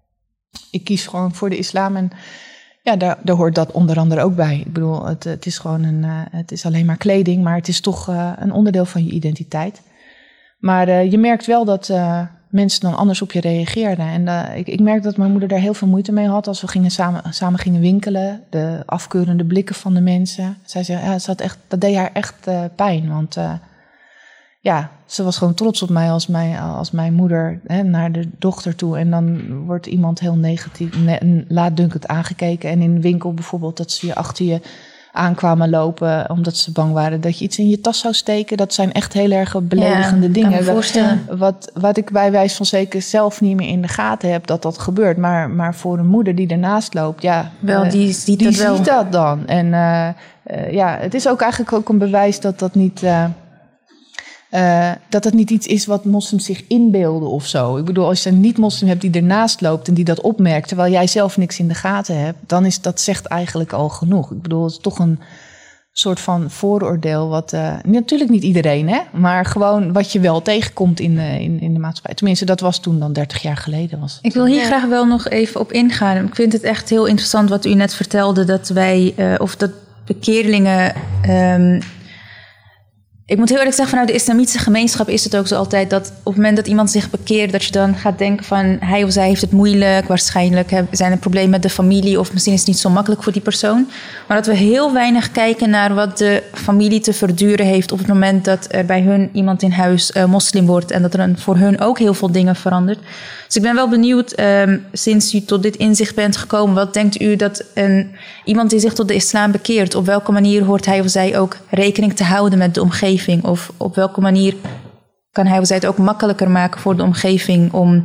Speaker 3: ik kies gewoon voor de islam en ja, daar, daar hoort dat onder andere ook bij. Ik bedoel, het, het is gewoon een, uh, het is alleen maar kleding, maar het is toch uh, een onderdeel van je identiteit. Maar uh, je merkt wel dat, uh, mensen dan anders op je reageerden. En uh, ik, ik merkte dat mijn moeder daar heel veel moeite mee had als we gingen samen, samen gingen winkelen. De afkeurende blikken van de mensen. Zij zei, ja, het zat echt, dat deed haar echt uh, pijn. Want uh, ja, ze was gewoon trots op mij als mijn, als mijn moeder hè, naar de dochter toe. En dan wordt iemand heel negatief, ne- laatdunkend aangekeken. En in de winkel bijvoorbeeld dat ze je achter je aankwamen lopen omdat ze bang waren dat je iets in je tas zou steken. Dat zijn echt heel erg beledigende ja, dingen.
Speaker 2: Kan me voorstellen.
Speaker 3: Wat, wat ik bij wijze van zeker zelf niet meer in de gaten heb dat dat gebeurt. Maar, maar voor een moeder die ernaast loopt, ja,
Speaker 1: wel, die ziet,
Speaker 3: die
Speaker 1: dat,
Speaker 3: ziet
Speaker 1: wel.
Speaker 3: dat dan. En uh, uh, ja, het is ook eigenlijk ook een bewijs dat dat niet... Uh, Uh, dat het niet iets is wat moslims zich inbeelden of zo. Ik bedoel, als je een niet-moslim hebt die ernaast loopt en die dat opmerkt, terwijl jij zelf niks in de gaten hebt, dan is dat zegt eigenlijk al genoeg. Ik bedoel, het is toch een soort van vooroordeel wat uh, natuurlijk niet iedereen, hè, maar gewoon wat je wel tegenkomt in de, in, in de maatschappij. Tenminste, dat was toen dan dertig jaar geleden. Was
Speaker 1: ik wil hier ja. graag wel nog even op ingaan. Ik vind het echt heel interessant wat u net vertelde, dat wij uh, of dat bekeerlingen. Um, Ik moet heel eerlijk zeggen, vanuit de islamitische gemeenschap is het ook zo altijd dat op het moment dat iemand zich bekeert, dat je dan gaat denken van hij of zij heeft het moeilijk, waarschijnlijk zijn er problemen met de familie of misschien is het niet zo makkelijk voor die persoon. Maar dat we heel weinig kijken naar wat de familie te verduren heeft op het moment dat er bij hun iemand in huis uh, moslim wordt en dat er een, voor hun ook heel veel dingen verandert. Dus ik ben wel benieuwd, um, sinds u tot dit inzicht bent gekomen, wat denkt u dat een, iemand die zich tot de islam bekeert, op welke manier hoort hij of zij ook rekening te houden met de omgeving? Of op welke manier kan hij of zij het ook makkelijker maken voor de omgeving om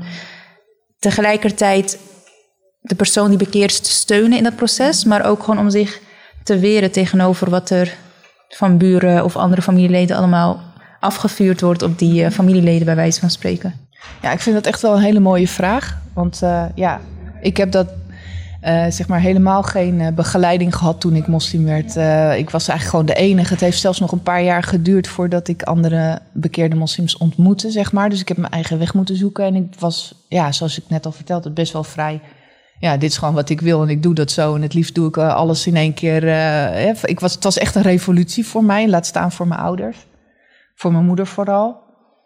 Speaker 1: tegelijkertijd de persoon die bekeert te steunen in dat proces, maar ook gewoon om zich te weren tegenover wat er van buren of andere familieleden allemaal afgevuurd wordt op die uh, familieleden bij wijze van spreken?
Speaker 3: Ja, ik vind dat echt wel een hele mooie vraag. Want uh, ja, ik heb dat uh, zeg maar helemaal geen uh, begeleiding gehad toen ik moslim werd. Uh, ik was eigenlijk gewoon de enige. Het heeft zelfs nog een paar jaar geduurd voordat ik andere bekeerde moslims ontmoette, zeg maar. Dus ik heb mijn eigen weg moeten zoeken. En ik was, ja, zoals ik net al vertelde, best wel vrij. Ja, dit is gewoon wat ik wil en ik doe dat zo. En het liefst doe ik uh, alles in één keer. Uh, ik was, het was echt een revolutie voor mij. Laat staan voor mijn ouders. Voor mijn moeder vooral.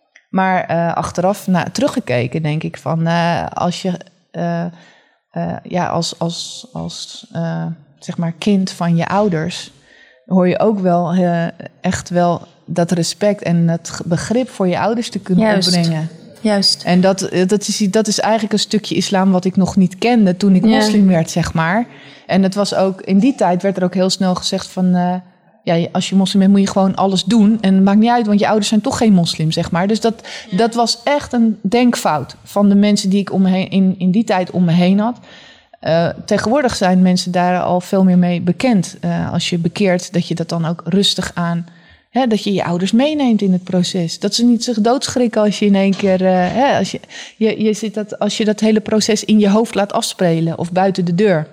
Speaker 3: Maar uh, achteraf na, teruggekeken denk ik van uh, als je uh, uh, ja, als, als, als uh, zeg maar kind van je ouders hoor je ook wel uh, echt wel dat respect en het begrip voor je ouders te kunnen
Speaker 1: Juist.
Speaker 3: opbrengen.
Speaker 1: Juist.
Speaker 3: En dat, dat, is, dat is eigenlijk een stukje islam wat ik nog niet kende toen ik ja. moslim werd, zeg maar. En het was ook, in die tijd werd er ook heel snel gezegd van Uh, ja, als je moslim bent moet je gewoon alles doen. En het maakt niet uit, want je ouders zijn toch geen moslim, zeg maar. Dus dat, ja. dat was echt een denkfout van de mensen die ik om me heen, in, in die tijd om me heen had. Uh, tegenwoordig zijn mensen daar al veel meer mee bekend. Uh, als je bekeert, dat je dat dan ook rustig aan, hè, dat je je ouders meeneemt in het proces. Dat ze niet zich doodschrikken als je in één keer, uh, hè, als je, je, je zit dat, als je dat hele proces in je hoofd laat afspelen of buiten de deur.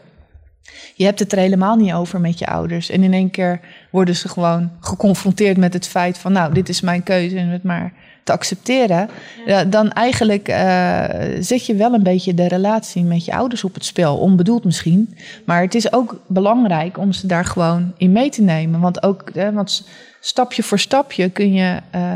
Speaker 3: Je hebt het er helemaal niet over met je ouders. En in één keer worden ze gewoon geconfronteerd met het feit van, nou, dit is mijn keuze en het maar te accepteren. Ja. Dan eigenlijk uh, zet je wel een beetje de relatie met je ouders op het spel. Onbedoeld misschien. Maar het is ook belangrijk om ze daar gewoon in mee te nemen. Want ook eh, want stapje voor stapje kun je uh,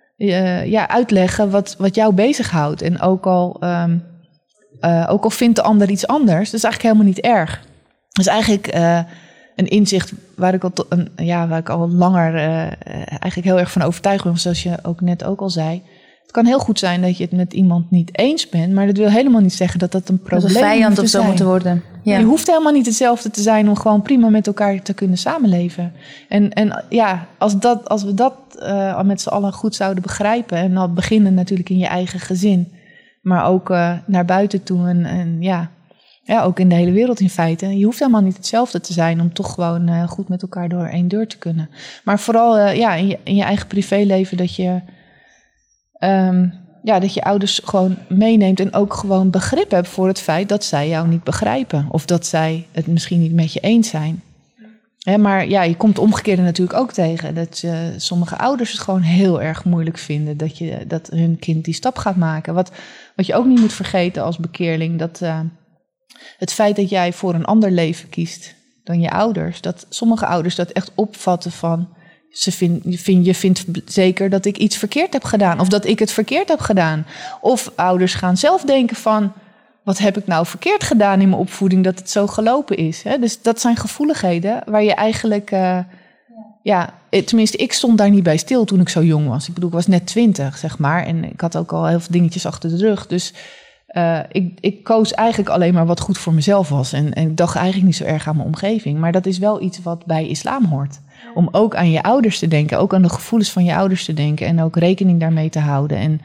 Speaker 3: uh, ja, uitleggen wat, wat jou bezighoudt. En ook al, um, uh, ook al vindt de ander iets anders, dat is eigenlijk helemaal niet erg. Dat is eigenlijk uh, een inzicht waar ik al, to- een, ja, waar ik al langer uh, eigenlijk heel erg van overtuigd ben. Zoals je ook net ook al zei. Het kan heel goed zijn dat je het met iemand niet eens bent. Maar dat wil helemaal niet zeggen dat dat een probleem is.
Speaker 1: Dat een vijand of zo moet worden. Ja.
Speaker 3: Je hoeft helemaal niet hetzelfde te zijn om gewoon prima met elkaar te kunnen samenleven. En, en ja, als, dat, als we dat uh, met z'n allen goed zouden begrijpen. En dan beginnen natuurlijk in je eigen gezin. Maar ook uh, naar buiten toe en, en ja... Ja, ook in de hele wereld in feite. Je hoeft helemaal niet hetzelfde te zijn om toch gewoon uh, goed met elkaar door één deur te kunnen. Maar vooral uh, ja, in, je, in je eigen privéleven dat je, um, ja, dat je ouders gewoon meeneemt en ook gewoon begrip hebt voor het feit dat zij jou niet begrijpen. Of dat zij het misschien niet met je eens zijn. Hè, maar ja, je komt omgekeerde natuurlijk ook tegen. Dat uh, sommige ouders het gewoon heel erg moeilijk vinden dat, je, dat hun kind die stap gaat maken. Wat, wat je ook niet moet vergeten als bekeerling, dat Uh, het feit dat jij voor een ander leven kiest dan je ouders, dat sommige ouders dat echt opvatten van, Ze vind, vind, je vindt zeker dat ik iets verkeerd heb gedaan. Of dat ik het verkeerd heb gedaan. Of ouders gaan zelf denken van... wat heb ik nou verkeerd gedaan in mijn opvoeding... dat het zo gelopen is. Hè? Dus dat zijn gevoeligheden waar je eigenlijk... Uh, ja, tenminste, ik stond daar niet bij stil toen ik zo jong was. Ik bedoel, ik was net twintig, zeg maar. En ik had ook al heel veel dingetjes achter de rug. Dus uh, ik, ik koos eigenlijk alleen maar wat goed voor mezelf was. En, en ik dacht eigenlijk niet zo erg aan mijn omgeving. Maar dat is wel iets wat bij islam hoort. Om ook aan je ouders te denken. Ook aan de gevoelens van je ouders te denken. En ook rekening daarmee te houden. En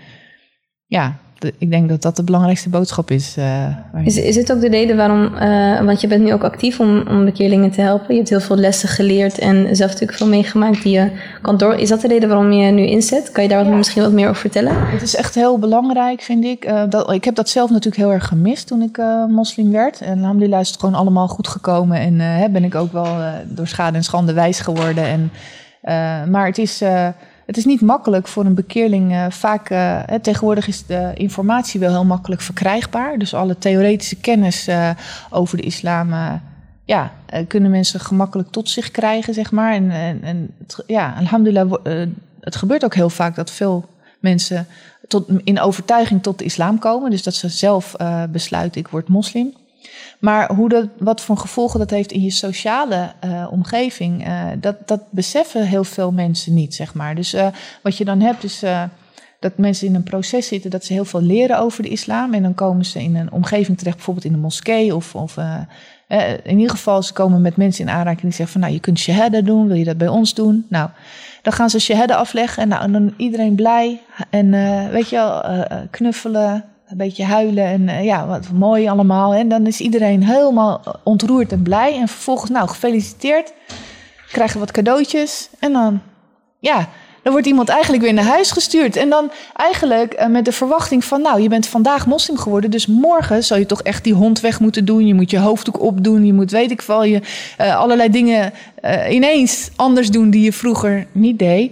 Speaker 3: ja... ik denk dat dat de belangrijkste boodschap is. Uh,
Speaker 2: is, is het ook de reden waarom... Uh, want je bent nu ook actief om, om bekeerlingen te helpen. Je hebt heel veel lessen geleerd en zelf natuurlijk veel meegemaakt die je kan door. Is dat de reden waarom je nu inzet? Kan je daar wat, ja. misschien wat meer over vertellen?
Speaker 3: Het is echt heel belangrijk, vind ik. Uh, dat, ik heb dat zelf natuurlijk heel erg gemist toen ik uh, moslim werd. En alhamdulillah is het gewoon allemaal goed gekomen. En uh, ben ik ook wel uh, door schade en schande wijs geworden. En, uh, maar het is... Uh, Het is niet makkelijk voor een bekeerling. Uh, vaak, uh, tegenwoordig is de informatie wel heel makkelijk verkrijgbaar. Dus alle theoretische kennis uh, over de islam... Uh, ja, uh, kunnen mensen gemakkelijk tot zich krijgen, zeg maar. En, en, en het, ja, alhamdulillah, uh, het gebeurt ook heel vaak dat veel mensen... Tot, in overtuiging tot de islam komen. Dus dat ze zelf uh, besluiten, ik word moslim. Maar hoe dat, wat voor gevolgen dat heeft in je sociale uh, omgeving... Uh, dat, dat beseffen heel veel mensen niet, zeg maar. Dus uh, wat je dan hebt is uh, dat mensen in een proces zitten... dat ze heel veel leren over de islam... en dan komen ze in een omgeving terecht, bijvoorbeeld in een moskee... of, of uh, uh, in ieder geval, ze komen met mensen in aanraking... die zeggen van, nou, je kunt shahada doen, wil je dat bij ons doen? Nou, dan gaan ze shahada afleggen en, nou, en dan iedereen blij... en uh, weet je wel, uh, knuffelen... een beetje huilen en uh, ja, wat mooi allemaal. En dan is iedereen helemaal ontroerd en blij. En vervolgens, nou, gefeliciteerd. Krijgen wat cadeautjes. En dan, ja, dan wordt iemand eigenlijk weer naar huis gestuurd. En dan eigenlijk uh, met de verwachting van... nou, je bent vandaag moslim geworden... dus morgen zal je toch echt die hond weg moeten doen. Je moet je hoofddoek opdoen. Je moet, weet ik wel, je uh, allerlei dingen uh, ineens anders doen... die je vroeger niet deed.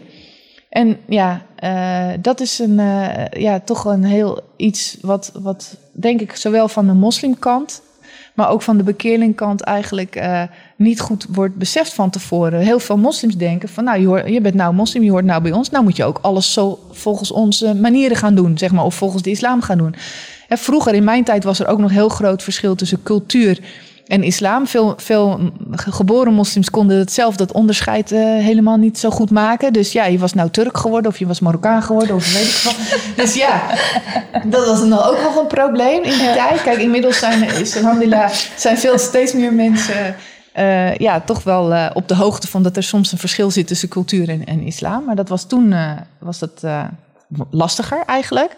Speaker 3: En ja, uh, dat is een, uh, ja, toch een heel iets wat, wat, denk ik, zowel van de moslimkant... maar ook van de bekeerlingkant eigenlijk uh, niet goed wordt beseft van tevoren. Heel veel moslims denken van, nou, je, hoort, je bent nou moslim, je hoort nou bij ons... nou moet je ook alles zo volgens onze manieren gaan doen, zeg maar... of volgens de islam gaan doen. En vroeger, in mijn tijd, was er ook nog heel groot verschil tussen cultuur... en islam. Veel, veel geboren moslims konden het zelf, dat onderscheid uh, helemaal niet zo goed maken. Dus ja, je was nou Turk geworden of je was Marokkaan geworden of weet ik wat. Dus ja, dat was dan ook nog een probleem in die ja. tijd. Kijk, inmiddels zijn, is, alhamdulillah, zijn veel steeds meer mensen uh, ja, toch wel uh, op de hoogte van dat er soms een verschil zit tussen cultuur en, en islam. Maar dat was toen uh, was dat, uh, lastiger eigenlijk.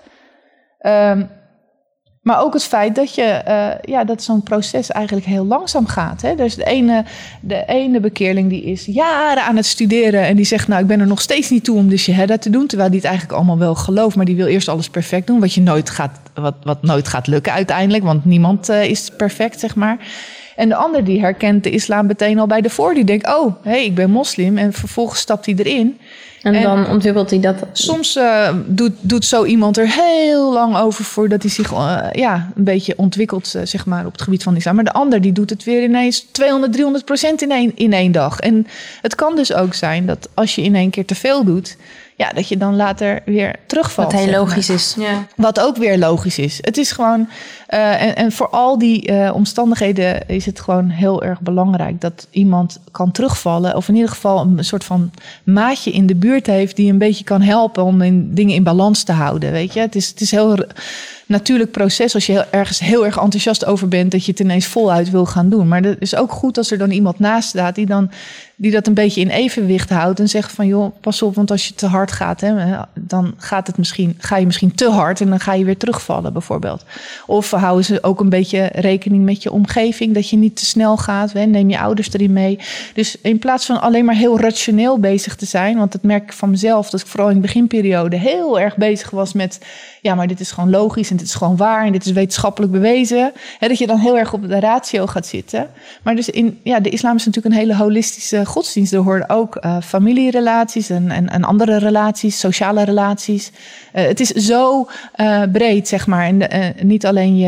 Speaker 3: Um, Maar ook het feit dat, je, uh, ja, dat zo'n proces eigenlijk heel langzaam gaat. Hè? Dus de ene, de ene bekeerling die is jaren aan het studeren... en die zegt, nou, ik ben er nog steeds niet toe om de shahada te doen... terwijl die het eigenlijk allemaal wel gelooft... maar die wil eerst alles perfect doen... wat, je nooit gaat, wat, wat nooit gaat lukken uiteindelijk... want niemand uh, is perfect, zeg maar... En de ander die herkent de islam meteen al bij de voor. Die denkt, oh, hé, hey, ik ben moslim. En vervolgens stapt hij erin.
Speaker 2: En, en dan ontwikkelt hij dat?
Speaker 3: Soms uh, doet, doet zo iemand er heel lang over... voordat hij zich uh, ja, een beetje ontwikkelt, uh, zeg maar, op het gebied van de islam. Maar de ander die doet het weer ineens tweehonderd, driehonderd procent in één, in één dag. En het kan dus ook zijn dat als je in één keer te veel doet... ja, dat je dan later weer terugvalt.
Speaker 2: Wat heel logisch is. Ja.
Speaker 3: Wat ook weer logisch is. Het is gewoon... Uh, en, en voor al die uh, omstandigheden is het gewoon heel erg belangrijk... dat iemand kan terugvallen... of in ieder geval een soort van maatje in de buurt heeft... die een beetje kan helpen om in, dingen in balans te houden. Weet je? Het is, het is een heel natuurlijk proces als je heel, ergens heel erg enthousiast over bent... dat je het ineens voluit wil gaan doen. Maar het is ook goed als er dan iemand naast staat... die, dan, die dat een beetje in evenwicht houdt en zegt van... joh, pas op, want als je te hard gaat... Hè, dan gaat het misschien, ga je misschien te hard en dan ga je weer terugvallen bijvoorbeeld. Of houden ze ook een beetje rekening met je omgeving... dat je niet te snel gaat, hè, neem je ouders erin mee. Dus in plaats van alleen maar heel rationeel bezig te zijn... want dat merk ik van mezelf, dat ik vooral in de beginperiode... heel erg bezig was met... ja, maar dit is gewoon logisch en dit is gewoon waar... en dit is wetenschappelijk bewezen. Hè, dat je dan heel erg op de ratio gaat zitten. Maar dus in, ja, de islam is natuurlijk een hele holistische godsdienst. Er horen ook uh, familierelaties en, en, en andere relaties, sociale relaties. Uh, het is zo uh, breed, zeg maar. En uh, niet alleen je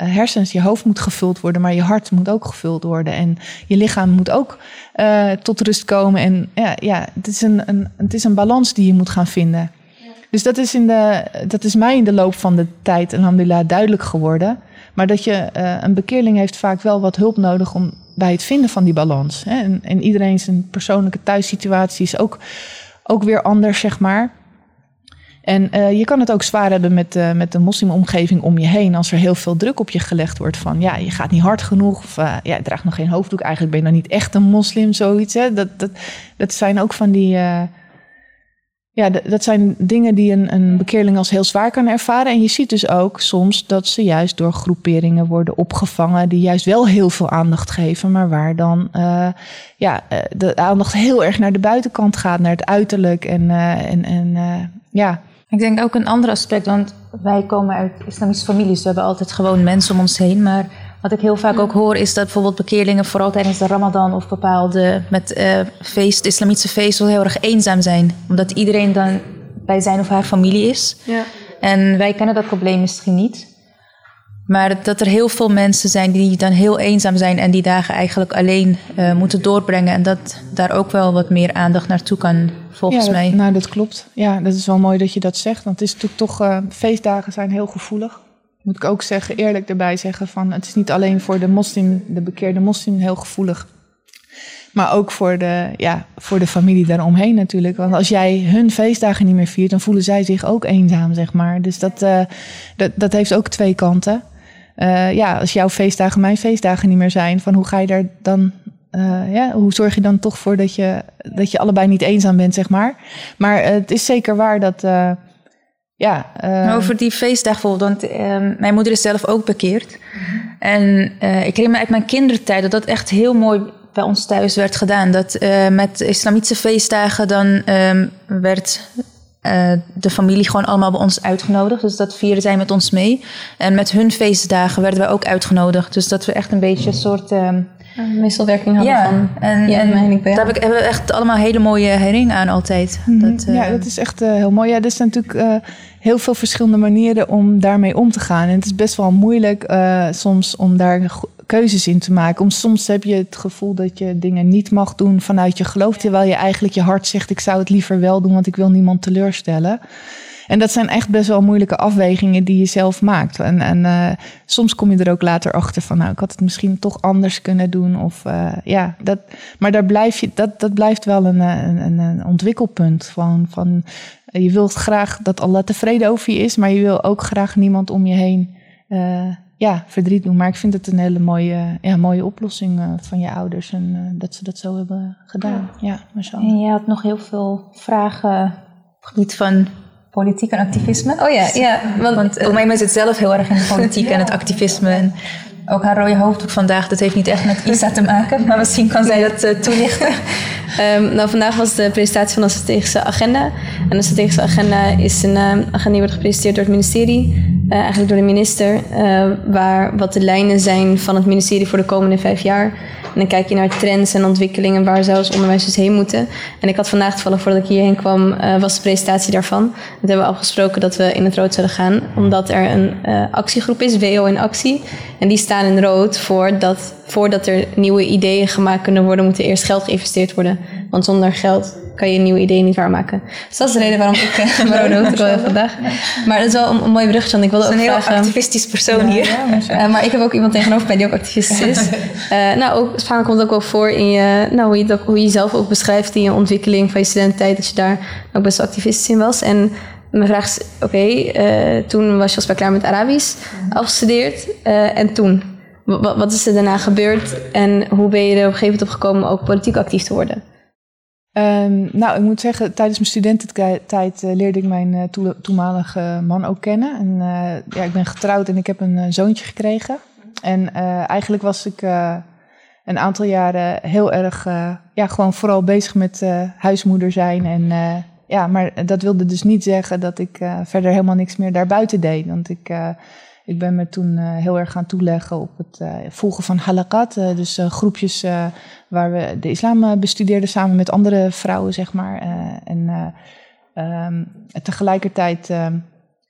Speaker 3: hersens, je hoofd moet gevuld worden, maar je hart moet ook gevuld worden. En je lichaam moet ook uh, tot rust komen. En ja, ja het, is een, een, het is een balans die je moet gaan vinden. Ja. Dus dat is, in de, dat is mij in de loop van de tijd, alhamdulillah, duidelijk geworden. Maar dat je, uh, een bekeerling heeft vaak wel wat hulp nodig om bij het vinden van die balans. Hè? En, en iedereen zijn persoonlijke thuissituatie is ook, ook weer anders, zeg maar. En uh, je kan het ook zwaar hebben met, uh, met de moslimomgeving om je heen. Als er heel veel druk op je gelegd wordt van, ja, je gaat niet hard genoeg. Of uh, ja, je draagt nog geen hoofddoek. Eigenlijk ben je dan niet echt een moslim, zoiets. Hè? Dat, dat, dat zijn ook van die... Uh, ja, d- dat zijn dingen die een, een bekeerling als heel zwaar kan ervaren. En je ziet dus ook soms dat ze juist door groeperingen worden opgevangen die juist wel heel veel aandacht geven, maar waar dan uh, ja, de aandacht heel erg naar de buitenkant gaat, naar het uiterlijk. En, uh, en, en uh, ja...
Speaker 1: Ik denk ook een ander aspect, want wij komen uit islamitische families. We hebben altijd gewoon mensen om ons heen. Maar wat ik heel vaak ook hoor is dat bijvoorbeeld bekeerlingen vooral tijdens de Ramadan of bepaalde met uh, feest, islamitische feesten heel erg eenzaam zijn. Omdat iedereen dan bij zijn of haar familie is. Ja. En wij kennen dat probleem misschien niet. Maar dat er heel veel mensen zijn die dan heel eenzaam zijn en die dagen eigenlijk alleen uh, moeten doorbrengen. En dat daar ook wel wat meer aandacht naartoe kan, volgens
Speaker 3: ja, dat,
Speaker 1: mij.
Speaker 3: Nou, dat klopt. Ja, dat is wel mooi dat je dat zegt. Want het is natuurlijk toch, uh, feestdagen zijn heel gevoelig. Moet ik ook zeggen, eerlijk erbij zeggen van, het is niet alleen voor de moslim, de bekeerde moslim heel gevoelig. Maar ook voor de, ja, voor de familie daaromheen natuurlijk. Want als jij hun feestdagen niet meer viert, dan voelen zij zich ook eenzaam, zeg maar. Dus dat, uh, dat, dat heeft ook twee kanten. Uh, ja, als jouw feestdagen mijn feestdagen niet meer zijn, van hoe ga je daar dan, uh, ja, hoe zorg je dan toch voor dat je, dat je allebei niet eenzaam bent, zeg maar. Maar uh, het is zeker waar dat, uh, ja. Uh,
Speaker 1: Over die feestdag bijvoorbeeld, want uh, mijn moeder is zelf ook bekeerd. Mm-hmm. En uh, ik herinner me uit mijn kindertijd dat dat echt heel mooi bij ons thuis werd gedaan. Dat uh, met islamitische feestdagen dan um, werd uh, de familie gewoon allemaal bij ons uitgenodigd. Dus dat vierden zij met ons mee. En met hun feestdagen werden wij ook uitgenodigd. Dus dat we echt een beetje een soort... Um,
Speaker 2: een wisselwerking hadden
Speaker 1: ja,
Speaker 2: van...
Speaker 1: En,
Speaker 2: ja,
Speaker 1: en,
Speaker 2: en
Speaker 1: daar heb ik, hebben we echt allemaal hele mooie herinneringen aan altijd.
Speaker 3: Mm-hmm.
Speaker 1: Dat, uh,
Speaker 3: ja, dat is echt uh, heel mooi. Ja, er zijn natuurlijk uh, heel veel verschillende manieren om daarmee om te gaan. En het is best wel moeilijk uh, soms om daar go- keuzes in te maken. Om, soms heb je het gevoel dat je dingen niet mag doen vanuit je geloof, terwijl je eigenlijk je hart zegt, ik zou het liever wel doen, want ik wil niemand teleurstellen. En dat zijn echt best wel moeilijke afwegingen die je zelf maakt. En, en uh, soms kom je er ook later achter van, nou, ik had het misschien toch anders kunnen doen. Of uh, ja, dat, maar daar blijf je, dat, dat blijft wel een, een, een ontwikkelpunt. Van, van, je wilt graag dat Allah tevreden over je is, maar je wil ook graag niemand om je heen uh, ja, verdriet doen. Maar ik vind het een hele mooie, ja, mooie oplossing uh, van je ouders. En uh, dat ze dat zo hebben gedaan. Ja,
Speaker 1: ja, en je had nog heel veel vragen op het gebied van politiek en activisme.
Speaker 2: Oh ja, ja.
Speaker 1: Want, want Oumeyma zit zelf heel erg in de politiek ja. en het activisme. En ook haar rode hoofddoek vandaag, dat heeft niet echt met Isa te maken. Maar misschien kan zij dat uh, toelichten.
Speaker 2: um, nou, vandaag was de presentatie van de strategische agenda. En de strategische agenda is een uh, agenda die wordt gepresenteerd door het ministerie. Uh, eigenlijk door de minister. Uh, waar wat de lijnen zijn van het ministerie voor de komende vijf jaar. En dan kijk je naar trends en ontwikkelingen waar zou als onderwijzers heen moeten. En ik had vandaag toevallig, voordat ik hierheen kwam, uh, was de presentatie daarvan. Dat hebben we afgesproken dat we in het rood zouden gaan. Omdat er een uh, actiegroep is, W O in actie. En die staan in rood voor dat, voordat er nieuwe ideeën gemaakt kunnen worden, moet er eerst geld geïnvesteerd worden. Want zonder geld kan je nieuwe ideeën niet waarmaken. Dus dat is de reden waarom ik uh, mijn rode hoofddoek heb vandaag. Maar dat is wel een, een mooi bruggetje, want ik wilde ook vragen...
Speaker 1: een heel activistisch persoon
Speaker 2: ja,
Speaker 1: hier.
Speaker 2: Ja, uh, maar ik heb ook iemand tegenover mij die ook activistisch is. Uh, nou, ook, Spaan komt ook wel voor in je, nou, hoe, je dat, hoe je jezelf ook beschrijft in je ontwikkeling van je studententijd, dat je daar ook best wel activistisch in was. En mijn vraag is, oké, okay, uh, toen was je als bij klaar met Arabisch, afgestudeerd. Uh, en toen? W- wat is er daarna gebeurd? En hoe ben je er op een gegeven moment op gekomen ook politiek actief te worden?
Speaker 3: Um, nou, ik moet zeggen, tijdens mijn studententijd uh, leerde ik mijn uh, to- toenmalige man ook kennen. En uh, ja, ik ben getrouwd en ik heb een uh, zoontje gekregen. En uh, eigenlijk was ik uh, een aantal jaren heel erg, uh, ja, gewoon vooral bezig met uh, huismoeder zijn. En uh, ja, maar dat wilde dus niet zeggen dat ik uh, verder helemaal niks meer daarbuiten deed. Want ik... Uh, Ik ben me toen uh, heel erg gaan toeleggen op het uh, volgen van halaqat. Uh, dus uh, groepjes uh, waar we de islam uh, bestudeerden samen met andere vrouwen, zeg maar. Uh, en uh, um, tegelijkertijd uh,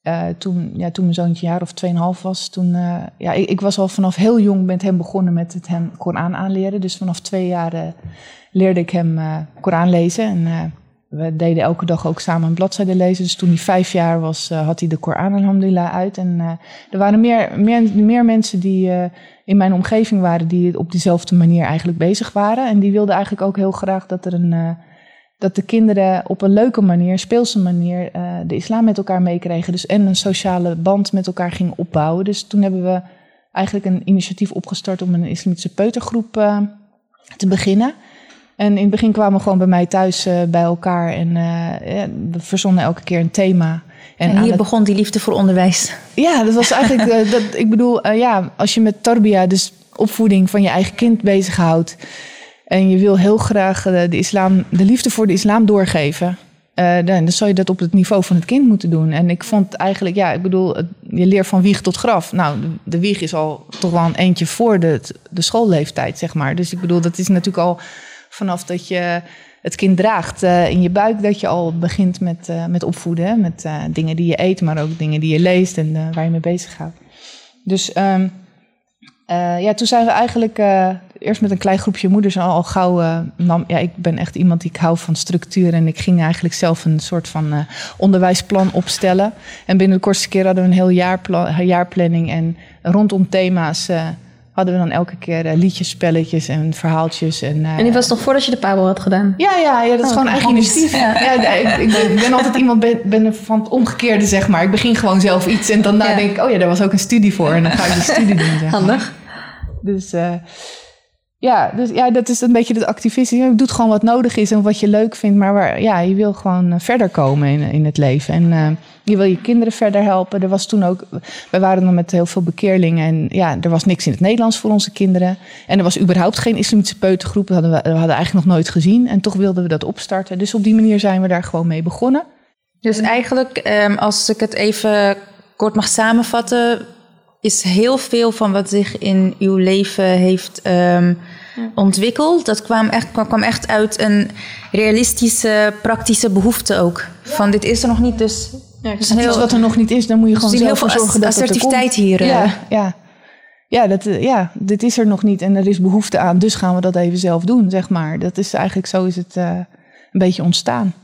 Speaker 3: uh, toen, ja, toen mijn zoontje een jaar of tweeënhalf was, toen, uh, ja, ik, ik was al vanaf heel jong met hem begonnen met het hem Koran aanleren. Dus vanaf twee jaar uh, leerde ik hem uh, Koran lezen. En uh, we deden elke dag ook samen een bladzijde lezen. Dus toen hij vijf jaar was, uh, had hij de Koran alhamdulillah uit. En uh, er waren meer, meer, meer mensen die uh, in mijn omgeving waren die op diezelfde manier eigenlijk bezig waren. En die wilden eigenlijk ook heel graag dat er een... Uh, dat de kinderen op een leuke manier, speelse manier, uh, de islam met elkaar meekregen. Dus en een sociale band met elkaar gingen opbouwen. Dus toen hebben we eigenlijk een initiatief opgestart om een islamitische peutergroep uh, te beginnen. En in het begin kwamen we gewoon bij mij thuis uh, bij elkaar en uh, ja, we verzonnen elke keer een thema.
Speaker 1: En, en hier het... begon die liefde voor onderwijs.
Speaker 3: Ja, dat was eigenlijk, uh, dat, ik bedoel, uh, ja, als je met tarbiyah, dus opvoeding van je eigen kind bezighoudt, en je wil heel graag de, de, islam, de liefde voor de islam doorgeven, Uh, dan, dan zou je dat op het niveau van het kind moeten doen. En ik vond eigenlijk, ja, ik bedoel, je leert van wieg tot graf. Nou, de, de wieg is al toch wel een eentje voor de, de schoolleeftijd, zeg maar. Dus ik bedoel, dat is natuurlijk al vanaf dat je het kind draagt uh, in je buik, dat je al begint met, uh, met opvoeden. Hè? Met uh, dingen die je eet, maar ook dingen die je leest en uh, waar je mee bezig gaat. Dus um, uh, ja, toen zijn we eigenlijk uh, eerst met een klein groepje moeders al, al gauw... Uh, nam, ja, ik ben echt iemand die ik hou van structuur. En ik ging eigenlijk zelf een soort van uh, onderwijsplan opstellen. En binnen de kortste keer hadden we een heel jaarplan, jaarplanning. En rondom thema's uh, hadden we dan elke keer uh, liedjes, spelletjes en verhaaltjes. En, uh,
Speaker 2: en die was nog voordat je de Pabo had gedaan?
Speaker 3: Ja, ja, ja dat is oh, gewoon eigen initiatief. Ja. Ja, ik, ik, ben, ik ben altijd iemand ben, ben van het omgekeerde, zeg maar. Ik begin gewoon zelf iets en dan ja. denk ik, oh ja, daar was ook een studie voor. En dan ga ik die studie doen, zeg maar.
Speaker 2: Handig.
Speaker 3: Dus... Uh, Ja, dus ja, dat is een beetje het activisme. Je doet gewoon wat nodig is en wat je leuk vindt. Maar waar, ja, je wil gewoon verder komen in, in het leven. En uh, je wil je kinderen verder helpen. Er was toen ook... Wij waren dan met heel veel bekeerlingen. En ja, er was niks in het Nederlands voor onze kinderen. En er was überhaupt geen islamitische peutergroep. Dat hadden we, we hadden eigenlijk nog nooit gezien. En toch wilden we dat opstarten. Dus op die manier zijn we daar gewoon mee begonnen.
Speaker 1: Dus eigenlijk, um, als ik het even kort mag samenvatten, is heel veel van wat zich in uw leven heeft um, ontwikkeld. Dat kwam echt, kwam echt uit een realistische, praktische behoefte ook. Van dit is er nog niet, dus...
Speaker 3: Ja, dus heel, iets wat er nog niet is, dan moet je gewoon zelf voor zorgen dat het er komt.
Speaker 1: Assertiviteit hier.
Speaker 3: Ja, ja. Ja, dat, ja, dit is er nog niet en er is behoefte aan, dus gaan we dat even zelf doen, zeg maar. Dat is eigenlijk, zo is het uh, een beetje ontstaan.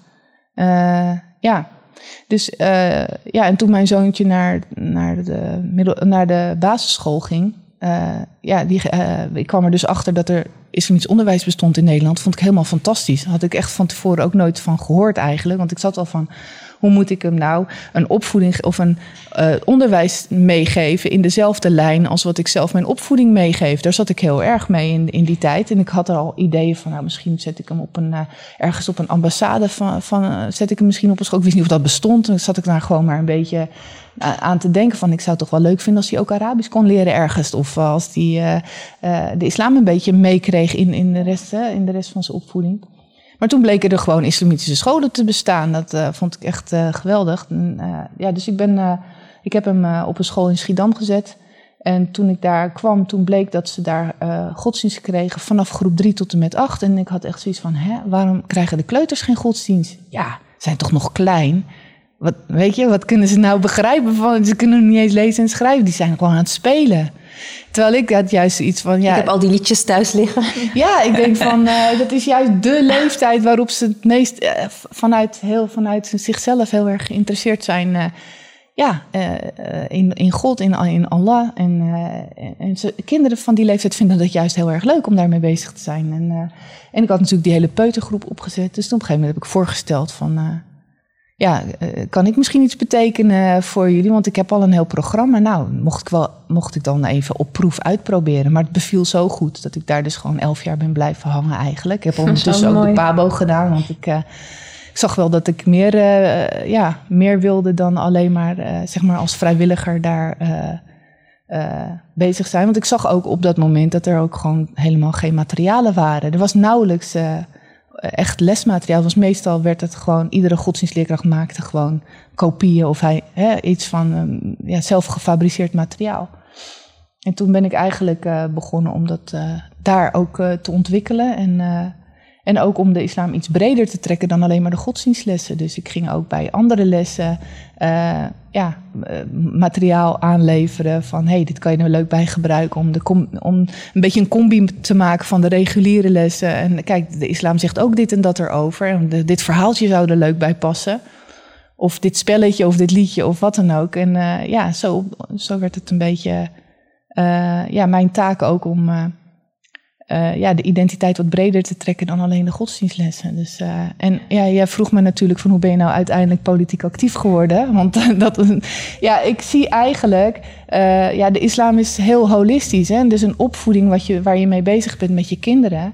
Speaker 3: Uh, ja. Dus uh, ja, en toen mijn zoontje naar, naar, de, middel, naar de basisschool ging, uh, ja, die, uh, ik kwam er dus achter dat er islamitisch onderwijs bestond in Nederland. Vond ik helemaal fantastisch. Daar had ik echt van tevoren ook nooit van gehoord eigenlijk. Want ik zat al van, hoe moet ik hem nou een opvoeding of een uh, onderwijs meegeven in dezelfde lijn als wat ik zelf mijn opvoeding meegeef. Daar zat ik heel erg mee in, in die tijd. En ik had er al ideeën van, nou misschien zet ik hem op een, uh, ergens op een ambassade van, van uh, zet ik hem misschien op een school. Ik wist niet of dat bestond. Dan zat ik daar gewoon maar een beetje uh, aan te denken van, ik zou het toch wel leuk vinden als hij ook Arabisch kon leren ergens. Of uh, als hij uh, uh, de islam een beetje meekreeg in, in, de rest, uh, in de rest van zijn opvoeding. Maar toen bleken er gewoon islamitische scholen te bestaan. Dat uh, vond ik echt uh, geweldig. En, uh, ja, dus ik, ben, uh, ik heb hem uh, op een school in Schiedam gezet. En toen ik daar kwam, toen bleek dat ze daar uh, godsdienst kregen vanaf groep drie tot en met acht. En ik had echt zoiets van, hè, waarom krijgen de kleuters geen godsdienst? Ja, zijn toch nog klein? Wat, weet je, wat kunnen ze nou begrijpen? Van, ze kunnen niet eens lezen en schrijven. Die zijn gewoon aan het spelen. Terwijl ik had juist iets van... Ja,
Speaker 1: ik heb al die liedjes thuis liggen.
Speaker 3: Ja, ik denk van... Uh, dat is juist de leeftijd waarop ze het meest uh, vanuit, heel, vanuit zichzelf heel erg geïnteresseerd zijn. Uh, ja, uh, in, in God, in, in Allah. En, uh, en ze, kinderen van die leeftijd vinden dat juist heel erg leuk om daarmee bezig te zijn. En, uh, en ik had natuurlijk die hele peutergroep opgezet. Dus toen op een gegeven moment heb ik voorgesteld van... Uh, Ja, kan ik misschien iets betekenen voor jullie? Want ik heb al een heel programma. Nou, mocht ik, wel, mocht ik dan even op proef uitproberen. Maar het beviel zo goed dat ik daar dus gewoon elf jaar ben blijven hangen eigenlijk. Ik heb ondertussen ook de Pabo gedaan. Want ik, uh, ik zag wel dat ik meer, uh, ja, meer wilde dan alleen maar, uh, zeg maar als vrijwilliger daar uh, uh, bezig zijn. Want ik zag ook op dat moment dat er ook gewoon helemaal geen materialen waren. Er was nauwelijks... Uh, echt lesmateriaal was. Meestal werd het gewoon, iedere godsdienstleerkracht maakte gewoon kopieën of hij hè, iets van um, ja, zelf gefabriceerd materiaal. En toen ben ik eigenlijk uh, begonnen om dat uh, daar ook uh, te ontwikkelen. En, uh, En ook om de islam iets breder te trekken dan alleen maar de godsdienstlessen. Dus ik ging ook bij andere lessen uh, ja, materiaal aanleveren van hey, dit kan je er leuk bij gebruiken om, de com- om een beetje een combi te maken van de reguliere lessen. En kijk, de islam zegt ook dit en dat erover. En de, dit verhaaltje zou er leuk bij passen. Of dit spelletje of dit liedje of wat dan ook. En uh, ja, zo, zo werd het een beetje uh, ja, mijn taak ook om uh, uh, ja, de identiteit wat breder te trekken dan alleen de godsdienstlessen. Dus, uh, en ja, jij vroeg me natuurlijk van hoe ben je nou uiteindelijk politiek actief geworden? Want uh, dat, ja, ik zie eigenlijk, uh, ja, de islam is heel holistisch. Hè? Dus een opvoeding wat je, waar je mee bezig bent met je kinderen.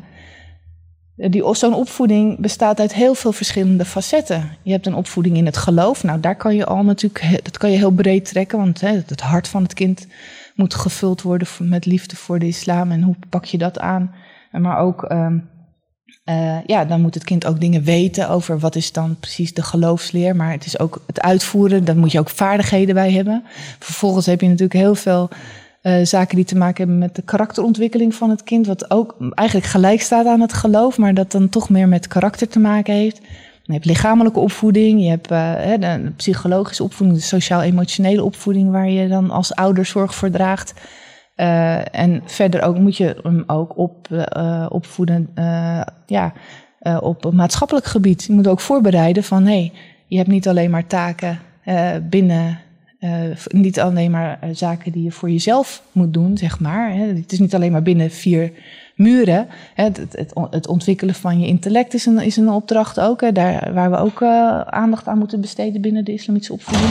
Speaker 3: Die, zo'n opvoeding bestaat uit heel veel verschillende facetten. Je hebt een opvoeding in het geloof. Nou, daar kan je al natuurlijk, dat kan je heel breed trekken. Want hè, het hart van het kind moet gevuld worden met liefde voor de islam. En hoe pak je dat aan? Maar ook, um, uh, ja, dan moet het kind ook dingen weten over wat is dan precies de geloofsleer. Maar het is ook het uitvoeren, daar moet je ook vaardigheden bij hebben. Vervolgens heb je natuurlijk heel veel Uh, zaken die te maken hebben met de karakterontwikkeling van het kind. Wat ook eigenlijk gelijk staat aan het geloof, maar dat dan toch meer met karakter te maken heeft. Je hebt lichamelijke opvoeding, je hebt uh, de, de psychologische opvoeding, de sociaal-emotionele opvoeding, waar je dan als ouder zorg voor draagt. Uh, en verder ook moet je hem ook op, uh, opvoeden uh, ja, uh, op een maatschappelijk gebied. Je moet ook voorbereiden van, hé, hey, je hebt niet alleen maar taken uh, binnen... Uh, niet alleen maar uh, zaken die je voor jezelf moet doen, zeg maar. Hè. Het is niet alleen maar binnen vier muren. Hè. Het, het, het ontwikkelen van je intellect is een, is een opdracht ook. Hè, daar, waar we ook uh, aandacht aan moeten besteden binnen de islamitische opvoeding.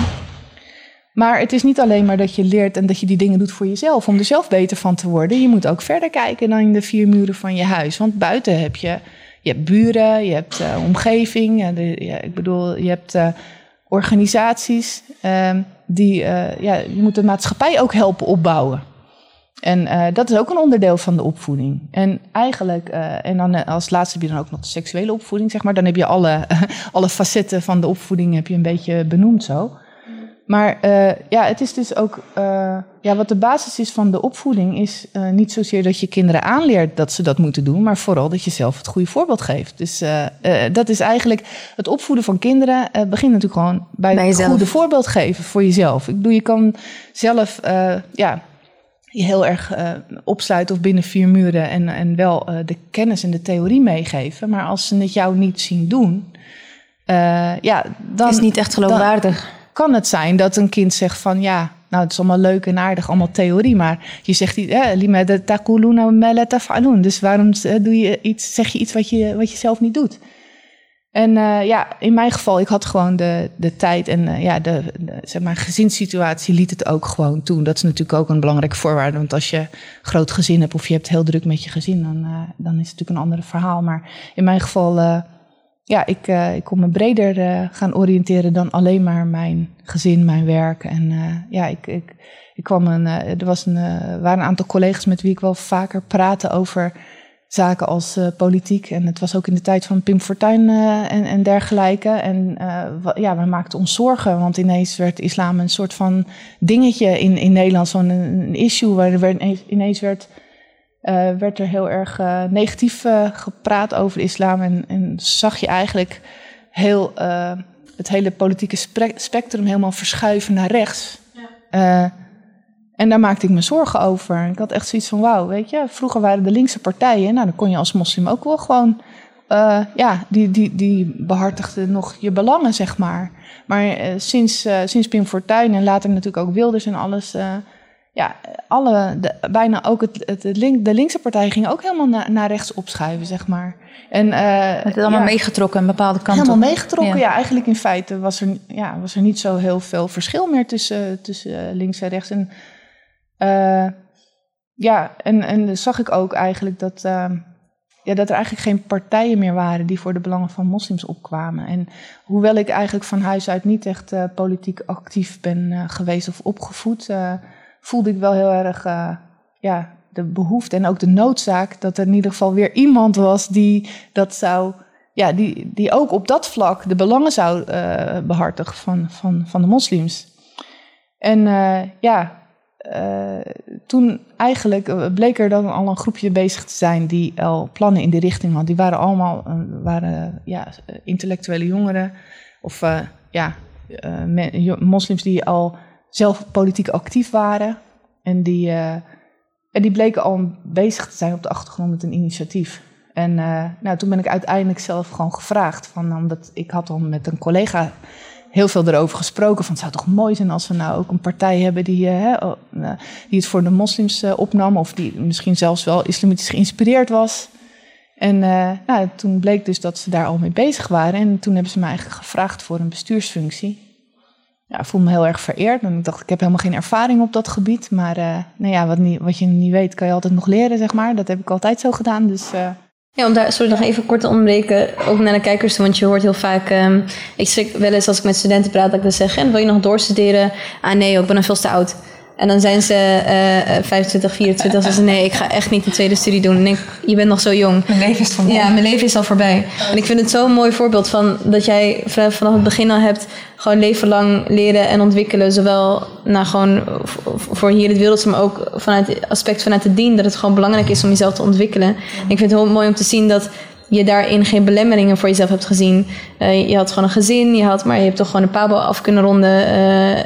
Speaker 3: Maar het is niet alleen maar dat je leert en dat je die dingen doet voor jezelf, om er zelf beter van te worden. Je moet ook verder kijken dan in de vier muren van je huis. Want buiten heb je, je hebt buren, je hebt uh, omgeving. Uh, de, ja, ik bedoel, je hebt uh, organisaties... Uh, Die, uh, ja, je moet de maatschappij ook helpen opbouwen. En uh, dat is ook een onderdeel van de opvoeding. En eigenlijk, uh, en dan als laatste heb je dan ook nog de seksuele opvoeding, zeg maar. Dan heb je alle, uh, alle facetten van de opvoeding heb je een beetje benoemd zo. Maar uh, ja, het is dus ook, uh, ja, wat de basis is van de opvoeding is uh, niet zozeer dat je kinderen aanleert dat ze dat moeten doen, maar vooral dat je zelf het goede voorbeeld geeft. Dus uh, uh, dat is eigenlijk het opvoeden van kinderen uh, begint natuurlijk gewoon bij, bij het goede voorbeeld geven voor jezelf. Ik bedoel, je kan zelf, uh, ja, je heel erg uh, opsluiten of binnen vier muren en, en wel uh, de kennis en de theorie meegeven, maar als ze het jou niet zien doen, uh, ja, dan
Speaker 1: is niet echt geloofwaardig.
Speaker 3: Dan, kan het zijn dat een kind zegt van ja, nou het is allemaal leuk en aardig, allemaal theorie, maar je zegt niet, taquluna ma la taf'alun. Dus waarom doe je iets, zeg je iets wat je, wat je zelf niet doet? En uh, ja, in mijn geval, ik had gewoon de, de tijd en uh, ja, de, de zeg maar, gezinssituatie liet het ook gewoon toe. Dat is natuurlijk ook een belangrijke voorwaarde, want als je een groot gezin hebt of je hebt heel druk met je gezin, dan, uh, dan is het natuurlijk een ander verhaal. Maar in mijn geval, uh, ja, ik, uh, ik kon me breder uh, gaan oriënteren dan alleen maar mijn gezin, mijn werk. En uh, ja, ik, ik, ik kwam een, uh, er was een, uh, waren een aantal collega's met wie ik wel vaker praatte over zaken als uh, politiek. En het was ook in de tijd van Pim Fortuyn uh, en, en dergelijke. En uh, w- ja, we maakten ons zorgen, want ineens werd islam een soort van dingetje in, in Nederland, zo'n een issue waar er ineens, ineens werd, uh, werd er heel erg uh, negatief uh, gepraat over de islam. En, en zag je eigenlijk heel uh, het hele politieke spre- spectrum helemaal verschuiven naar rechts. Ja. Uh, En daar maakte ik me zorgen over. Ik had echt zoiets van, wauw, weet je, vroeger waren de linkse partijen, nou dan kon je als moslim ook wel gewoon, uh, ja, die, die, die behartigden nog je belangen, zeg maar. Maar uh, sinds, uh, sinds Pim Fortuyn en later natuurlijk ook Wilders en alles, uh, ja, alle, de, bijna ook het, het, het link, de linkse partijen gingen ook helemaal na, naar rechts opschuiven, zeg maar. En, uh,
Speaker 1: het is allemaal ja, meegetrokken een bepaalde kant
Speaker 3: helemaal
Speaker 1: op.
Speaker 3: Helemaal meegetrokken, ja. ja. Eigenlijk in feite was er, ja, was er niet zo heel veel verschil meer tussen, tussen uh, links en rechts. En Uh, ja, en, en zag ik ook eigenlijk dat, uh, ja, dat er eigenlijk geen partijen meer waren die voor de belangen van moslims opkwamen. En hoewel ik eigenlijk van huis uit niet echt uh, politiek actief ben uh, geweest of opgevoed, uh, voelde ik wel heel erg uh, ja, de behoefte en ook de noodzaak dat er in ieder geval weer iemand was die dat zou, ja, die, die ook op dat vlak de belangen zou uh, behartigen van, van, van de moslims. En uh, ja. uh, toen eigenlijk bleek er dan al een groepje bezig te zijn die al plannen in die richting had. Die waren allemaal uh, waren, ja, intellectuele jongeren of uh, ja, uh, me, moslims die al zelf politiek actief waren. En die, uh, en die bleken al bezig te zijn op de achtergrond met een initiatief. En uh, nou, toen ben ik uiteindelijk zelf gewoon gevraagd. Van, omdat ik had al met een collega heel veel erover gesproken. Van, het zou toch mooi zijn als we nou ook een partij hebben die, uh, uh, die het voor de moslims uh, opnam. Of die misschien zelfs wel islamitisch geïnspireerd was. En uh, nou, toen bleek dus dat ze daar al mee bezig waren. En toen hebben ze me eigenlijk gevraagd voor een bestuursfunctie. Ja, ik voel me heel erg vereerd. En ik dacht, ik heb helemaal geen ervaring op dat gebied. Maar uh, nou ja, wat, niet, wat je niet weet, kan je altijd nog leren, zeg maar. Dat heb ik altijd zo gedaan, dus... Uh,
Speaker 2: Ja, om daar sorry, nog even kort te onderbreken, ook naar de kijkers, want je hoort heel vaak, um, ik schrik wel eens als ik met studenten praat, dat ik dan zeg, en wil je nog doorstuderen? Ah nee, ik ben nog veel te oud. En dan zijn ze uh, vijfentwintig, vierentwintig, en zeggen ze, nee, ik ga echt niet een tweede studie doen. En ik denk, je bent nog zo jong.
Speaker 1: Mijn leven is voorbij.
Speaker 2: Ja, mijn leven is al voorbij. En ik vind het zo'n mooi voorbeeld van dat jij vanaf het begin al hebt gewoon leven lang leren en ontwikkelen. Zowel nou, gewoon voor hier het wereldse, maar ook vanuit het aspect vanuit het dien. Dat het gewoon belangrijk is om jezelf te ontwikkelen. En ik vind het heel mooi om te zien dat je daarin geen belemmeringen voor jezelf hebt gezien. Uh, je had gewoon een gezin, je had, maar je hebt toch gewoon een pabo af kunnen ronden. Uh,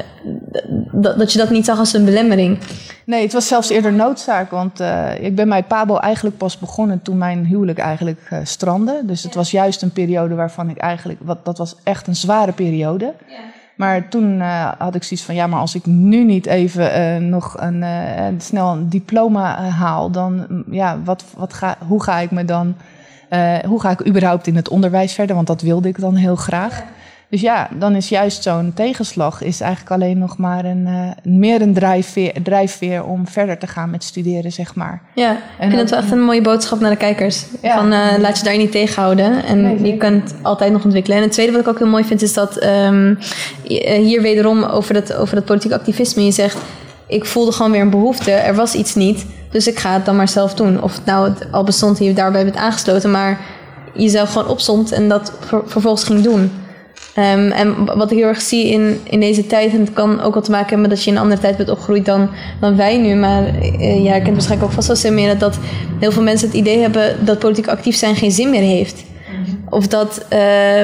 Speaker 2: dat, dat je dat niet zag als een belemmering.
Speaker 3: Nee, het was zelfs eerder noodzaak. Want uh, ik ben mijn pabo eigenlijk pas begonnen toen mijn huwelijk eigenlijk uh, strandde. Dus het was juist een periode waarvan ik eigenlijk... Wat, dat was echt een zware periode. Ja. Maar toen uh, had ik zoiets van... Ja, maar als ik nu niet even uh, nog een, uh, snel een diploma uh, haal... dan ja, wat, wat ga, hoe ga ik me dan... Uh, hoe ga ik überhaupt in het onderwijs verder? Want dat wilde ik dan heel graag. Ja. Dus ja, dan is juist zo'n tegenslag is eigenlijk alleen nog maar een, uh, meer een drijfveer, drijfveer om verder te gaan met studeren, zeg maar.
Speaker 2: Ja, ik vind dat wel echt een mooie boodschap naar de kijkers. Ja. Van, uh, laat je daar niet tegenhouden en nee, je kunt altijd nog ontwikkelen. En het tweede wat ik ook heel mooi vind is dat um, hier wederom over dat, over dat politiek activisme, je zegt, ik voelde gewoon weer een behoefte, er was iets niet, dus ik ga het dan maar zelf doen. Of het nou het al bestond, je daarbij bent aangesloten, maar jezelf gewoon opzond en dat ver, vervolgens ging doen. Um, en wat ik heel erg zie in, in deze tijd, en het kan ook wel te maken hebben dat je in een andere tijd bent opgegroeid dan, dan wij nu, maar uh, jij kent waarschijnlijk ook vast wel meer dat heel veel mensen het idee hebben dat politiek actief zijn geen zin meer heeft. Mm-hmm. Of dat um,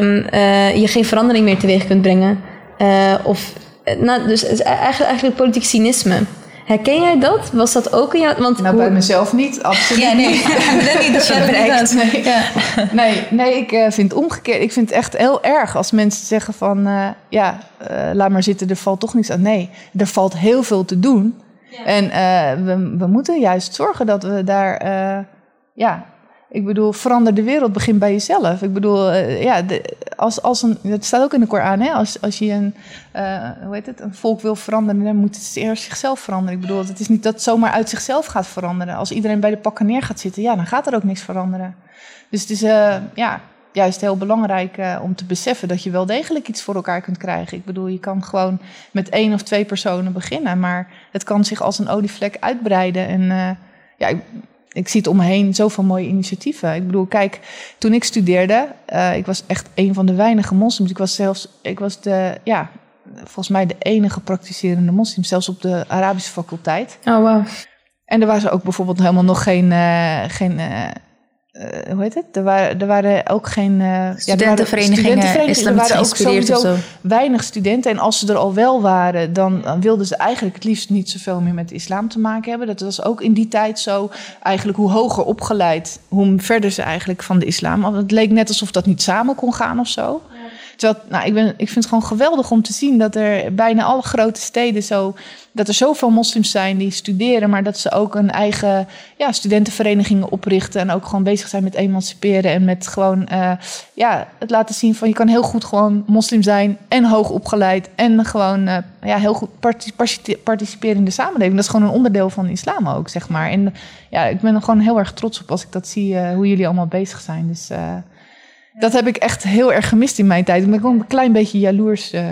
Speaker 2: uh, je geen verandering meer teweeg kunt brengen. Uh, of, nou, dus het is eigenlijk, eigenlijk politiek cynisme. Herken jij dat? Was dat ook in jou? Want
Speaker 3: nou, bij mezelf niet, absoluut.
Speaker 2: Ja, nee, dat niet. Dat je bereikt.
Speaker 3: Nee, ja. nee, nee, ik uh, vind het omgekeerd. Ik vind het echt heel erg als mensen zeggen van... Uh, ja, uh, laat maar zitten, er valt toch niets aan. Nee, er valt heel veel te doen. Ja. En uh, we, we moeten juist zorgen dat we daar... Uh, ja, ik bedoel, verander de wereld, begin bij jezelf. Ik bedoel, uh, ja, de, als, als een, dat staat ook in de Koran, hè? Als, als je een, uh, hoe heet het, een volk wil veranderen, dan moet het eerst zichzelf veranderen. Ik bedoel, het is niet dat het zomaar uit zichzelf gaat veranderen. Als iedereen bij de pakken neer gaat zitten, ja, dan gaat er ook niks veranderen. Dus het is uh, ja, juist heel belangrijk uh, om te beseffen dat je wel degelijk iets voor elkaar kunt krijgen. Ik bedoel, je kan gewoon met één of twee personen beginnen, maar het kan zich als een olievlek uitbreiden. En uh, ja, ik, Ik zie het om me heen, zoveel mooie initiatieven. Ik bedoel, kijk, toen ik studeerde, uh, ik was echt een van de weinige moslims. Ik was zelfs, ik was de, ja, volgens mij de enige praktiserende moslim, zelfs op de Arabische faculteit.
Speaker 2: Oh, wow.
Speaker 3: En er was ook bijvoorbeeld helemaal nog geen, uh, geen uh, uh, hoe heet het? Er waren, er waren ook geen... Uh,
Speaker 1: studentenverenigingen,
Speaker 3: ja, er, er waren ook sowieso
Speaker 1: zo.
Speaker 3: weinig studenten. En als ze er al wel waren, dan, dan wilden ze eigenlijk het liefst niet zoveel meer met de islam te maken hebben. Dat was ook in die tijd zo. Eigenlijk hoe hoger opgeleid, hoe verder ze eigenlijk van de islam. Want het leek net alsof dat niet samen kon gaan of zo. Ja. Terwijl, nou, ik, ben, ik vind het gewoon geweldig om te zien dat er bijna alle grote steden zo... dat er zoveel moslims zijn die studeren, maar dat ze ook een eigen ja, studentenverenigingen oprichten en ook gewoon bezig zijn met emanciperen en met gewoon uh, ja, het laten zien van je kan heel goed gewoon moslim zijn en hoog opgeleid en gewoon uh, ja, heel goed participeren in de samenleving. Dat is gewoon een onderdeel van de islam ook, zeg maar. En ja, ik ben er gewoon heel erg trots op als ik dat zie, uh, hoe jullie allemaal bezig zijn. Dus uh, dat heb ik echt heel erg gemist in mijn tijd. Ik ben gewoon een klein beetje jaloers. Uh,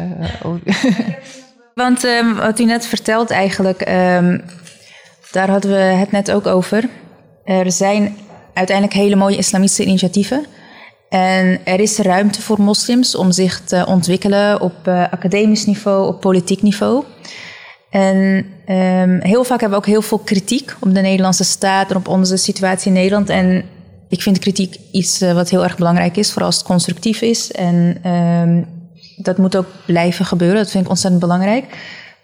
Speaker 1: Want um, wat u net vertelt eigenlijk, um, daar hadden we het net ook over. Er zijn uiteindelijk hele mooie islamitische initiatieven. En er is ruimte voor moslims om zich te ontwikkelen op uh, academisch niveau, op politiek niveau. En um, heel vaak hebben we ook heel veel kritiek op de Nederlandse staat en op onze situatie in Nederland. En ik vind kritiek iets uh, wat heel erg belangrijk is, vooral als het constructief is. En um, dat moet ook blijven gebeuren, dat vind ik ontzettend belangrijk.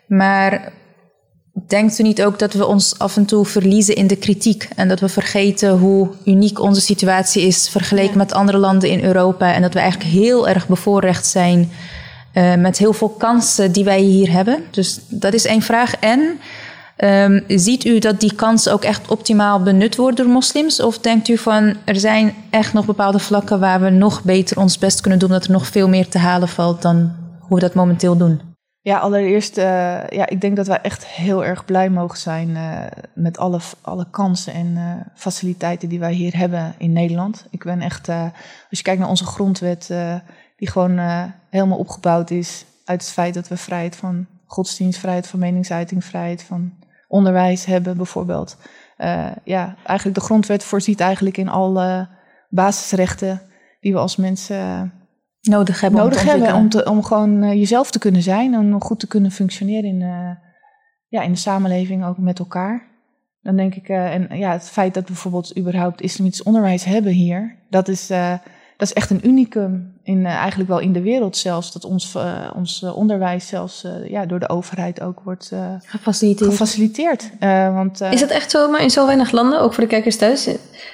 Speaker 1: Maar denkt u niet ook dat we ons af en toe verliezen in de kritiek en dat we vergeten hoe uniek onze situatie is vergeleken ja. met andere landen in Europa en dat we eigenlijk heel erg bevoorrecht zijn uh, met heel veel kansen die wij hier hebben? Dus dat is één vraag. En um, ziet u dat die kansen ook echt optimaal benut worden door moslims? Of denkt u van er zijn echt nog bepaalde vlakken waar we nog beter ons best kunnen doen, dat er nog veel meer te halen valt dan hoe we dat momenteel doen?
Speaker 3: Ja, allereerst, uh, ja, ik denk dat wij echt heel erg blij mogen zijn uh, met alle, alle kansen en uh, faciliteiten die wij hier hebben in Nederland. Ik ben echt, uh, als je kijkt naar onze grondwet, uh, die gewoon uh, helemaal opgebouwd is uit het feit dat we vrijheid van godsdienst, vrijheid van meningsuiting, vrijheid van onderwijs hebben bijvoorbeeld. Uh, ja, eigenlijk de grondwet voorziet eigenlijk in alle basisrechten die we als mensen Uh,
Speaker 1: nodig hebben
Speaker 3: nodig
Speaker 1: om, te
Speaker 3: hebben om, te, om gewoon uh, jezelf te kunnen zijn en goed te kunnen functioneren in, uh, ja, in de samenleving, ook met elkaar. Dan denk ik, uh, en ja, het feit dat we bijvoorbeeld überhaupt islamitisch onderwijs hebben hier, dat is, uh, dat is echt een unicum, in, uh, eigenlijk wel in de wereld zelfs, dat ons, uh, ons uh, onderwijs zelfs uh, ja, door de overheid ook wordt uh,
Speaker 1: gefaciliteerd.
Speaker 3: gefaciliteerd. Uh, want, uh,
Speaker 2: is dat echt zo, maar in zo weinig landen, ook voor de kijkers thuis?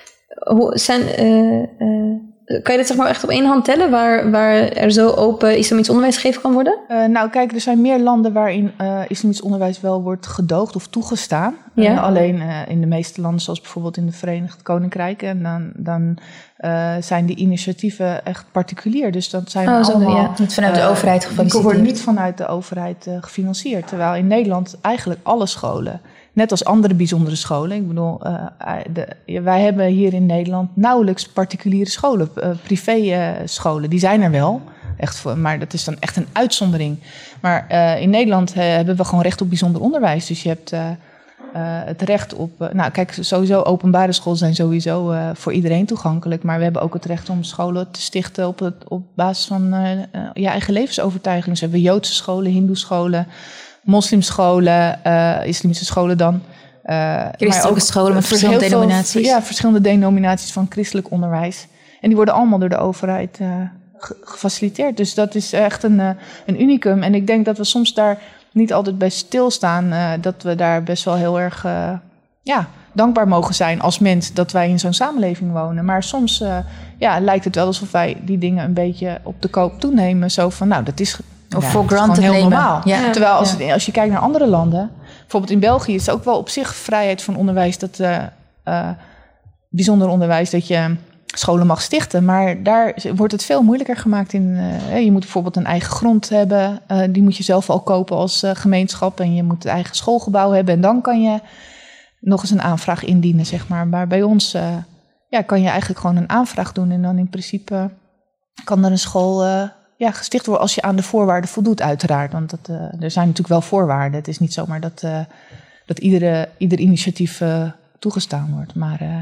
Speaker 2: Hoe zijn Uh, uh, Kan je dit zeg maar echt op één hand tellen, waar, waar er zo open islamitisch onderwijs gegeven kan worden?
Speaker 3: Uh, nou kijk, er zijn meer landen waarin uh, islamitisch onderwijs wel wordt gedoogd of toegestaan.
Speaker 2: Ja.
Speaker 3: Uh, alleen uh, in de meeste landen, zoals bijvoorbeeld in de Verenigd Koninkrijk, en dan, dan uh, zijn die initiatieven echt particulier. Dus dat zijn
Speaker 2: oh,
Speaker 3: allemaal
Speaker 2: zo, ja.
Speaker 1: niet vanuit de uh, overheid gefinancierd.
Speaker 3: Die worden niet vanuit de overheid uh, gefinancierd. Terwijl in Nederland eigenlijk alle scholen, net als andere bijzondere scholen. Ik bedoel, uh, de, wij hebben hier in Nederland nauwelijks particuliere scholen, uh, privé uh, scholen. Die zijn er wel, echt voor, maar dat is dan echt een uitzondering. Maar uh, in Nederland uh, hebben we gewoon recht op bijzonder onderwijs. Dus je hebt uh, uh, het recht op, uh, nou kijk, sowieso openbare scholen zijn sowieso uh, voor iedereen toegankelijk. Maar we hebben ook het recht om scholen te stichten op, het, op basis van uh, uh, je eigen levensovertuiging. Dus we hebben Joodse scholen, Hindoe scholen, moslimscholen, uh, islamitische scholen dan. Uh,
Speaker 1: Christelijke
Speaker 3: maar ook
Speaker 1: scholen met verschillende
Speaker 3: veel,
Speaker 1: denominaties.
Speaker 3: Ja, verschillende denominaties van christelijk onderwijs. En die worden allemaal door de overheid uh, ge- gefaciliteerd. Dus dat is echt een, uh, een unicum. En ik denk dat we soms daar niet altijd bij stilstaan. Uh, dat we daar best wel heel erg uh, ja, dankbaar mogen zijn als mens dat wij in zo'n samenleving wonen. Maar soms uh, ja, lijkt het wel alsof wij die dingen een beetje op de koop toenemen. Zo van, nou, dat is
Speaker 1: Of
Speaker 3: ja,
Speaker 1: voor
Speaker 3: dat is
Speaker 1: granted
Speaker 3: gewoon heel
Speaker 1: nemen.
Speaker 3: normaal.
Speaker 1: Ja.
Speaker 3: Terwijl als,
Speaker 1: Ja.
Speaker 3: het, als je kijkt naar andere landen, bijvoorbeeld in België is het ook wel op zich vrijheid van onderwijs, dat uh, uh, bijzonder onderwijs, dat je scholen mag stichten. Maar daar wordt het veel moeilijker gemaakt in. Uh, je moet bijvoorbeeld een eigen grond hebben. Uh, die moet je zelf al kopen als uh, gemeenschap. En je moet een eigen schoolgebouw hebben. En dan kan je nog eens een aanvraag indienen, zeg maar. Maar bij ons uh, ja, kan je eigenlijk gewoon een aanvraag doen. En dan in principe kan er een school Uh, ja, gesticht worden als je aan de voorwaarden voldoet, uiteraard. Want dat, uh, er zijn natuurlijk wel voorwaarden. Het is niet zomaar dat, uh, dat iedere, ieder initiatief uh, toegestaan wordt. Maar, uh,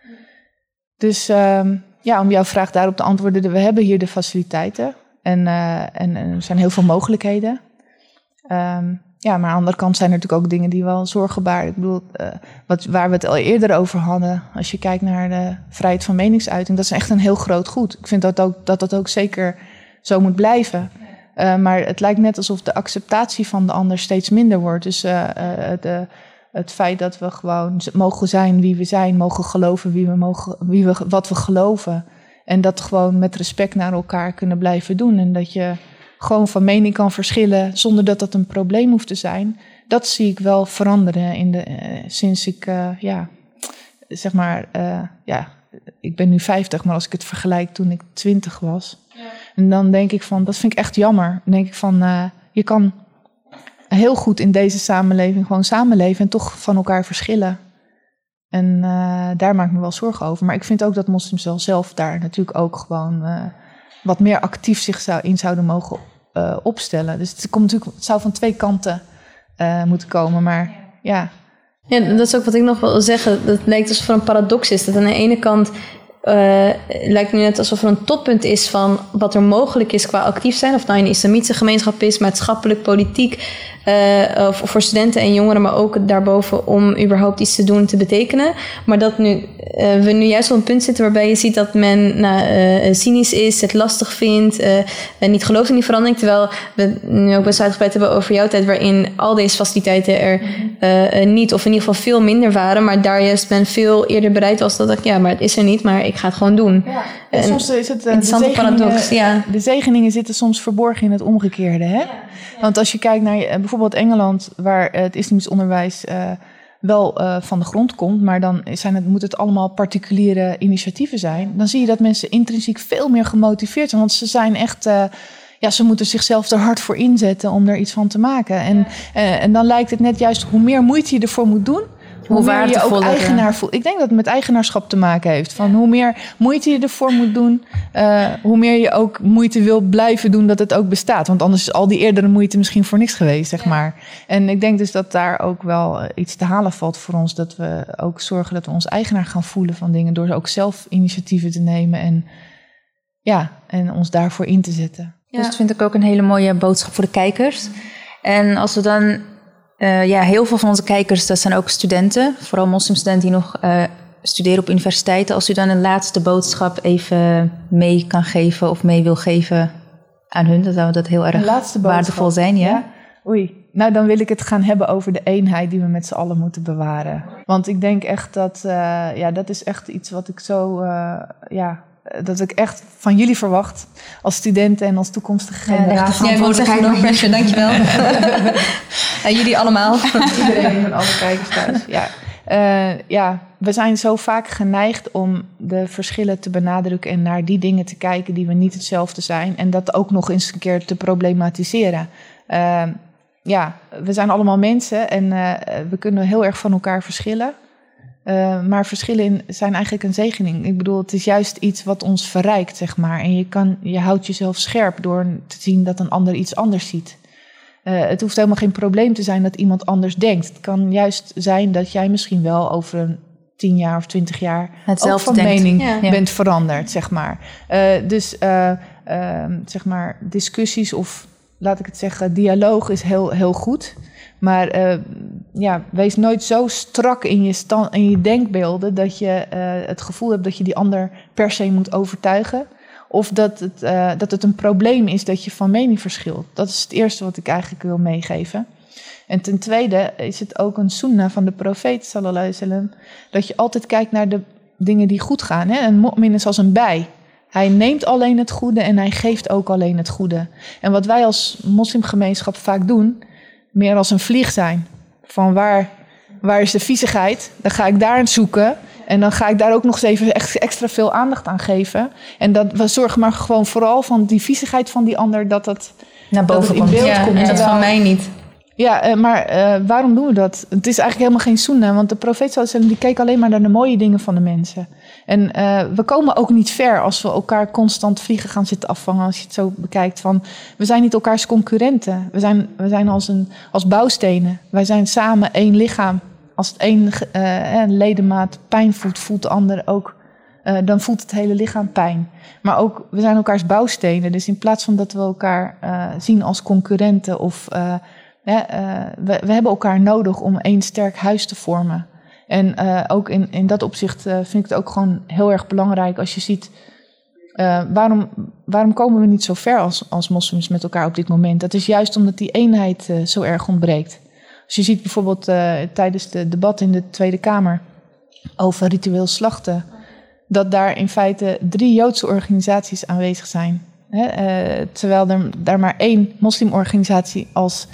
Speaker 3: dus um, ja, om jouw vraag daarop te antwoorden, we hebben hier de faciliteiten. En, uh, en, en er zijn heel veel mogelijkheden. Um, ja, maar aan de andere kant zijn er natuurlijk ook dingen die wel zorgen baren. Ik bedoel, uh, wat, waar we het al eerder over hadden, als je kijkt naar de vrijheid van meningsuiting, dat is echt een heel groot goed. Ik vind dat ook, dat, dat ook zeker zo moet blijven. Uh, maar het lijkt net alsof de acceptatie van de ander steeds minder wordt. Dus uh, uh, de, het feit dat we gewoon mogen zijn wie we zijn, mogen geloven wie we mogen, wie we, wat we geloven. En dat gewoon met respect naar elkaar kunnen blijven doen. En dat je gewoon van mening kan verschillen zonder dat dat een probleem hoeft te zijn. Dat zie ik wel veranderen in de, uh, sinds ik, uh, ja, zeg maar, uh, ja, ik ben nu vijftig, maar als ik het vergelijk toen ik twintig was. Ja. En dan denk ik van, dat vind ik echt jammer. Dan denk ik van, uh, je kan heel goed in deze samenleving gewoon samenleven en toch van elkaar verschillen. En uh, daar maak ik me wel zorgen over. Maar ik vind ook dat moslims wel zelf daar natuurlijk ook gewoon uh, wat meer actief zich zou, in zouden mogen uh, opstellen. Dus het, komt natuurlijk, het zou van twee kanten uh, moeten komen, maar ja.
Speaker 2: Ja, dat is ook wat ik nog wil zeggen. Dat lijkt alsof er een paradox is. Dat aan de ene kant uh, lijkt nu net alsof er een toppunt is van wat er mogelijk is qua actief zijn. Of nou in de islamitische gemeenschap is, maatschappelijk, politiek. Uh, of voor studenten en jongeren, maar ook daarboven om überhaupt iets te doen, te betekenen. Maar dat nu, uh, we nu juist op een punt zitten waarbij je ziet dat men nou, uh, cynisch is, het lastig vindt, uh, uh, niet gelooft in die verandering. Terwijl we nu ook best uitgebreid hebben over jouw tijd, waarin al deze faciliteiten er uh, uh, niet, of in ieder geval veel minder waren. Maar daar juist men veel eerder bereid was dat ik, ja, maar het is er niet, maar ik ga het gewoon doen. Ja.
Speaker 3: En, en soms is het uh,
Speaker 2: de zegeningen, paradox, ja.
Speaker 3: De zegeningen zitten soms verborgen in het omgekeerde, hè? Ja. Want als je kijkt naar uh, bijvoorbeeld Engeland, waar uh, het islamitisch onderwijs uh, wel uh, van de grond komt, maar dan zijn het, moet het allemaal particuliere initiatieven zijn, dan zie je dat mensen intrinsiek veel meer gemotiveerd zijn. Want ze zijn echt, uh, ja, ze moeten zichzelf er hard voor inzetten om er iets van te maken. En, uh, en dan lijkt het net juist, hoe meer moeite je ervoor moet doen, hoe, hoe meer je ook eigenaar voelt. Ik denk dat het met eigenaarschap te maken heeft. Van hoe meer moeite je ervoor moet doen, uh, hoe meer je ook moeite wil blijven doen dat het ook bestaat. Want anders is al die eerdere moeite misschien voor niks geweest, zeg maar. En ik denk dus dat daar ook wel iets te halen valt voor ons. Dat we ook zorgen dat we ons eigenaar gaan voelen van dingen, door ook zelf initiatieven te nemen en, ja, en ons daarvoor in te zetten.
Speaker 1: Ja. Dus dat vind ik ook een hele mooie boodschap voor de kijkers. En als we dan... Uh, ja, heel veel van onze kijkers, dat zijn ook studenten. Vooral moslimstudenten die nog uh, studeren op universiteiten. Als u dan een laatste boodschap even mee kan geven of mee wil geven aan hun, dan zou dat heel erg waardevol zijn. Ja? Ja?
Speaker 3: Oei, nou dan wil ik het gaan hebben over de eenheid die we met z'n allen moeten bewaren. Want ik denk echt dat, uh, ja, dat is echt iets wat ik zo, uh, ja... dat ik echt van jullie verwacht als studenten en als toekomstige generatie.
Speaker 2: Ja, verantwoordelijkheid, no pressure, dankjewel. En jullie allemaal.
Speaker 3: Iedereen van alle kijkers thuis. Ja. Uh, ja, we zijn zo vaak geneigd om de verschillen te benadrukken en naar die dingen te kijken die we niet hetzelfde zijn. En dat ook nog eens een keer te problematiseren. Uh, ja, we zijn allemaal mensen en uh, we kunnen heel erg van elkaar verschillen. Uh, maar verschillen in, zijn eigenlijk een zegening. Ik bedoel, het is juist iets wat ons verrijkt, zeg maar. En je, kan, je houdt jezelf scherp door te zien dat een ander iets anders ziet. Uh, het hoeft helemaal geen probleem te zijn dat iemand anders denkt. Het kan juist zijn dat jij misschien wel over een tien jaar of twintig jaar ook van denkt. mening ja. bent veranderd, zeg maar. Uh, dus uh, uh, zeg maar discussies of, laat ik het zeggen, dialoog is heel, heel goed. Maar uh, ja, wees nooit zo strak in je, stand, in je denkbeelden dat je uh, het gevoel hebt dat je die ander per se moet overtuigen. Of dat het, uh, dat het een probleem is dat je van mening verschilt. Dat is het eerste wat ik eigenlijk wil meegeven. En ten tweede is het ook een sunnah van de profeet, sallallahu alaihi wasallam, dat je altijd kijkt naar de dingen die goed gaan. Hè? Een mu'min is als een bij. Hij neemt alleen het goede en hij geeft ook alleen het goede. En wat wij als moslimgemeenschap vaak doen, meer als een vlieg zijn. Van waar, waar is de viezigheid? Dan ga ik daar aan zoeken. En dan ga ik daar ook nog eens even extra veel aandacht aan geven. En dat, we zorgen maar gewoon vooral van die viezigheid van die ander, dat dat
Speaker 2: naar boven
Speaker 3: dat in beeld
Speaker 2: ja,
Speaker 3: komt.
Speaker 2: En dat van mij niet.
Speaker 3: Ja, maar uh, waarom doen we dat? Het is eigenlijk helemaal geen sunnah. Want de profeet sallallahu alaihi wasallam, die keek alleen maar naar de mooie dingen van de mensen. En uh, we komen ook niet ver als we elkaar constant vliegen gaan zitten afvangen. Als je het zo bekijkt van, we zijn niet elkaars concurrenten. We zijn, we zijn als, een, als bouwstenen. Wij zijn samen één lichaam. Als het één uh, een ledemaat pijn voelt, voelt de ander ook. Uh, dan voelt het hele lichaam pijn. Maar ook, we zijn elkaars bouwstenen. Dus in plaats van dat we elkaar uh, zien als concurrenten of... Uh, Ja, uh, we, we hebben elkaar nodig om één sterk huis te vormen. En uh, ook in, in dat opzicht uh, vind ik het ook gewoon heel erg belangrijk als je ziet... Uh, waarom, waarom komen we niet zo ver als, als moslims met elkaar op dit moment? Dat is juist omdat die eenheid uh, zo erg ontbreekt. Als je ziet bijvoorbeeld uh, tijdens de debat in de Tweede Kamer over ritueel slachten... dat daar in feite drie Joodse organisaties aanwezig zijn. Hè? Uh, terwijl er daar maar één moslimorganisatie als...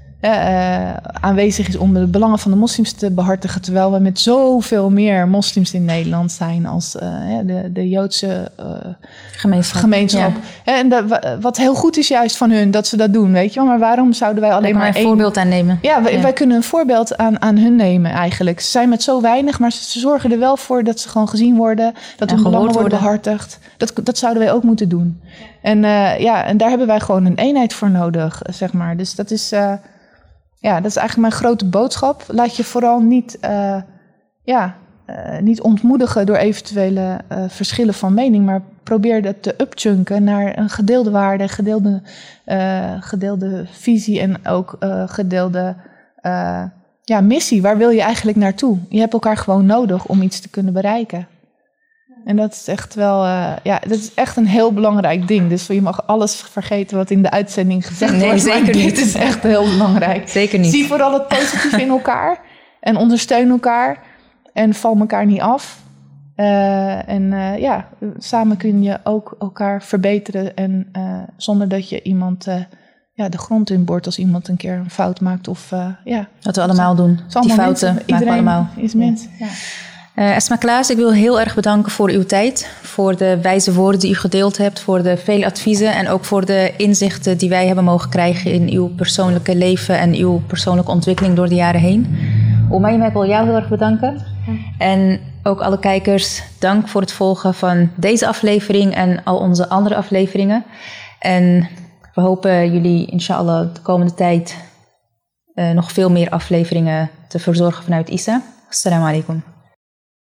Speaker 3: Uh, aanwezig is om de belangen van de moslims te behartigen, terwijl we met zoveel meer moslims in Nederland zijn als uh, de, de Joodse uh, gemeenschap. gemeenschap. Ja. En dat, wat heel goed is juist van hun dat ze dat doen, weet je wel. Maar waarom zouden wij alleen maar
Speaker 1: een één... voorbeeld aannemen?
Speaker 3: Ja, wij, ja. wij kunnen een voorbeeld aan, aan hun nemen eigenlijk. Ze zijn met zo weinig, maar ze, ze zorgen er wel voor dat ze gewoon gezien worden, dat hun belangen worden behartigd. Dat, dat zouden wij ook moeten doen. En, uh, ja, en daar hebben wij gewoon een eenheid voor nodig, zeg maar. Dus dat is... Uh, Ja, dat is eigenlijk mijn grote boodschap. Laat je vooral niet, uh, ja, uh, niet ontmoedigen door eventuele uh, verschillen van mening, maar probeer dat te upchunken naar een gedeelde waarde, gedeelde, uh, gedeelde visie en ook uh, gedeelde uh, ja, missie. Waar wil je eigenlijk naartoe? Je hebt elkaar gewoon nodig om iets te kunnen bereiken. En dat is echt wel, uh, ja, dat is echt een heel belangrijk ding. Dus je mag alles vergeten wat in de uitzending gezegd
Speaker 1: nee,
Speaker 3: wordt.
Speaker 1: Zeker
Speaker 3: dit
Speaker 1: niet.
Speaker 3: is echt heel belangrijk.
Speaker 1: Zeker niet.
Speaker 3: Zie vooral het positieve in elkaar en ondersteun elkaar en val elkaar niet af. Uh, en uh, ja, samen kun je ook elkaar verbeteren en uh, zonder dat je iemand uh, ja, de grond inboort als iemand een keer een fout maakt. Of, uh, ja.
Speaker 1: Dat we allemaal doen. Die fouten
Speaker 3: mensen,
Speaker 1: maken we allemaal.
Speaker 3: Is mens. Ja.
Speaker 1: Uh, Esma Klaas, ik wil heel erg bedanken voor uw tijd, voor de wijze woorden die u gedeeld hebt, voor de vele adviezen en ook voor de inzichten die wij hebben mogen krijgen in uw persoonlijke leven en uw persoonlijke ontwikkeling door de jaren heen. Omayma, ik wil jou heel erg bedanken. Ja. En ook alle kijkers, dank voor het volgen van deze aflevering en al onze andere afleveringen. En we hopen jullie inshallah de komende tijd uh, nog veel meer afleveringen te verzorgen vanuit I S A. Assalamu alaikum.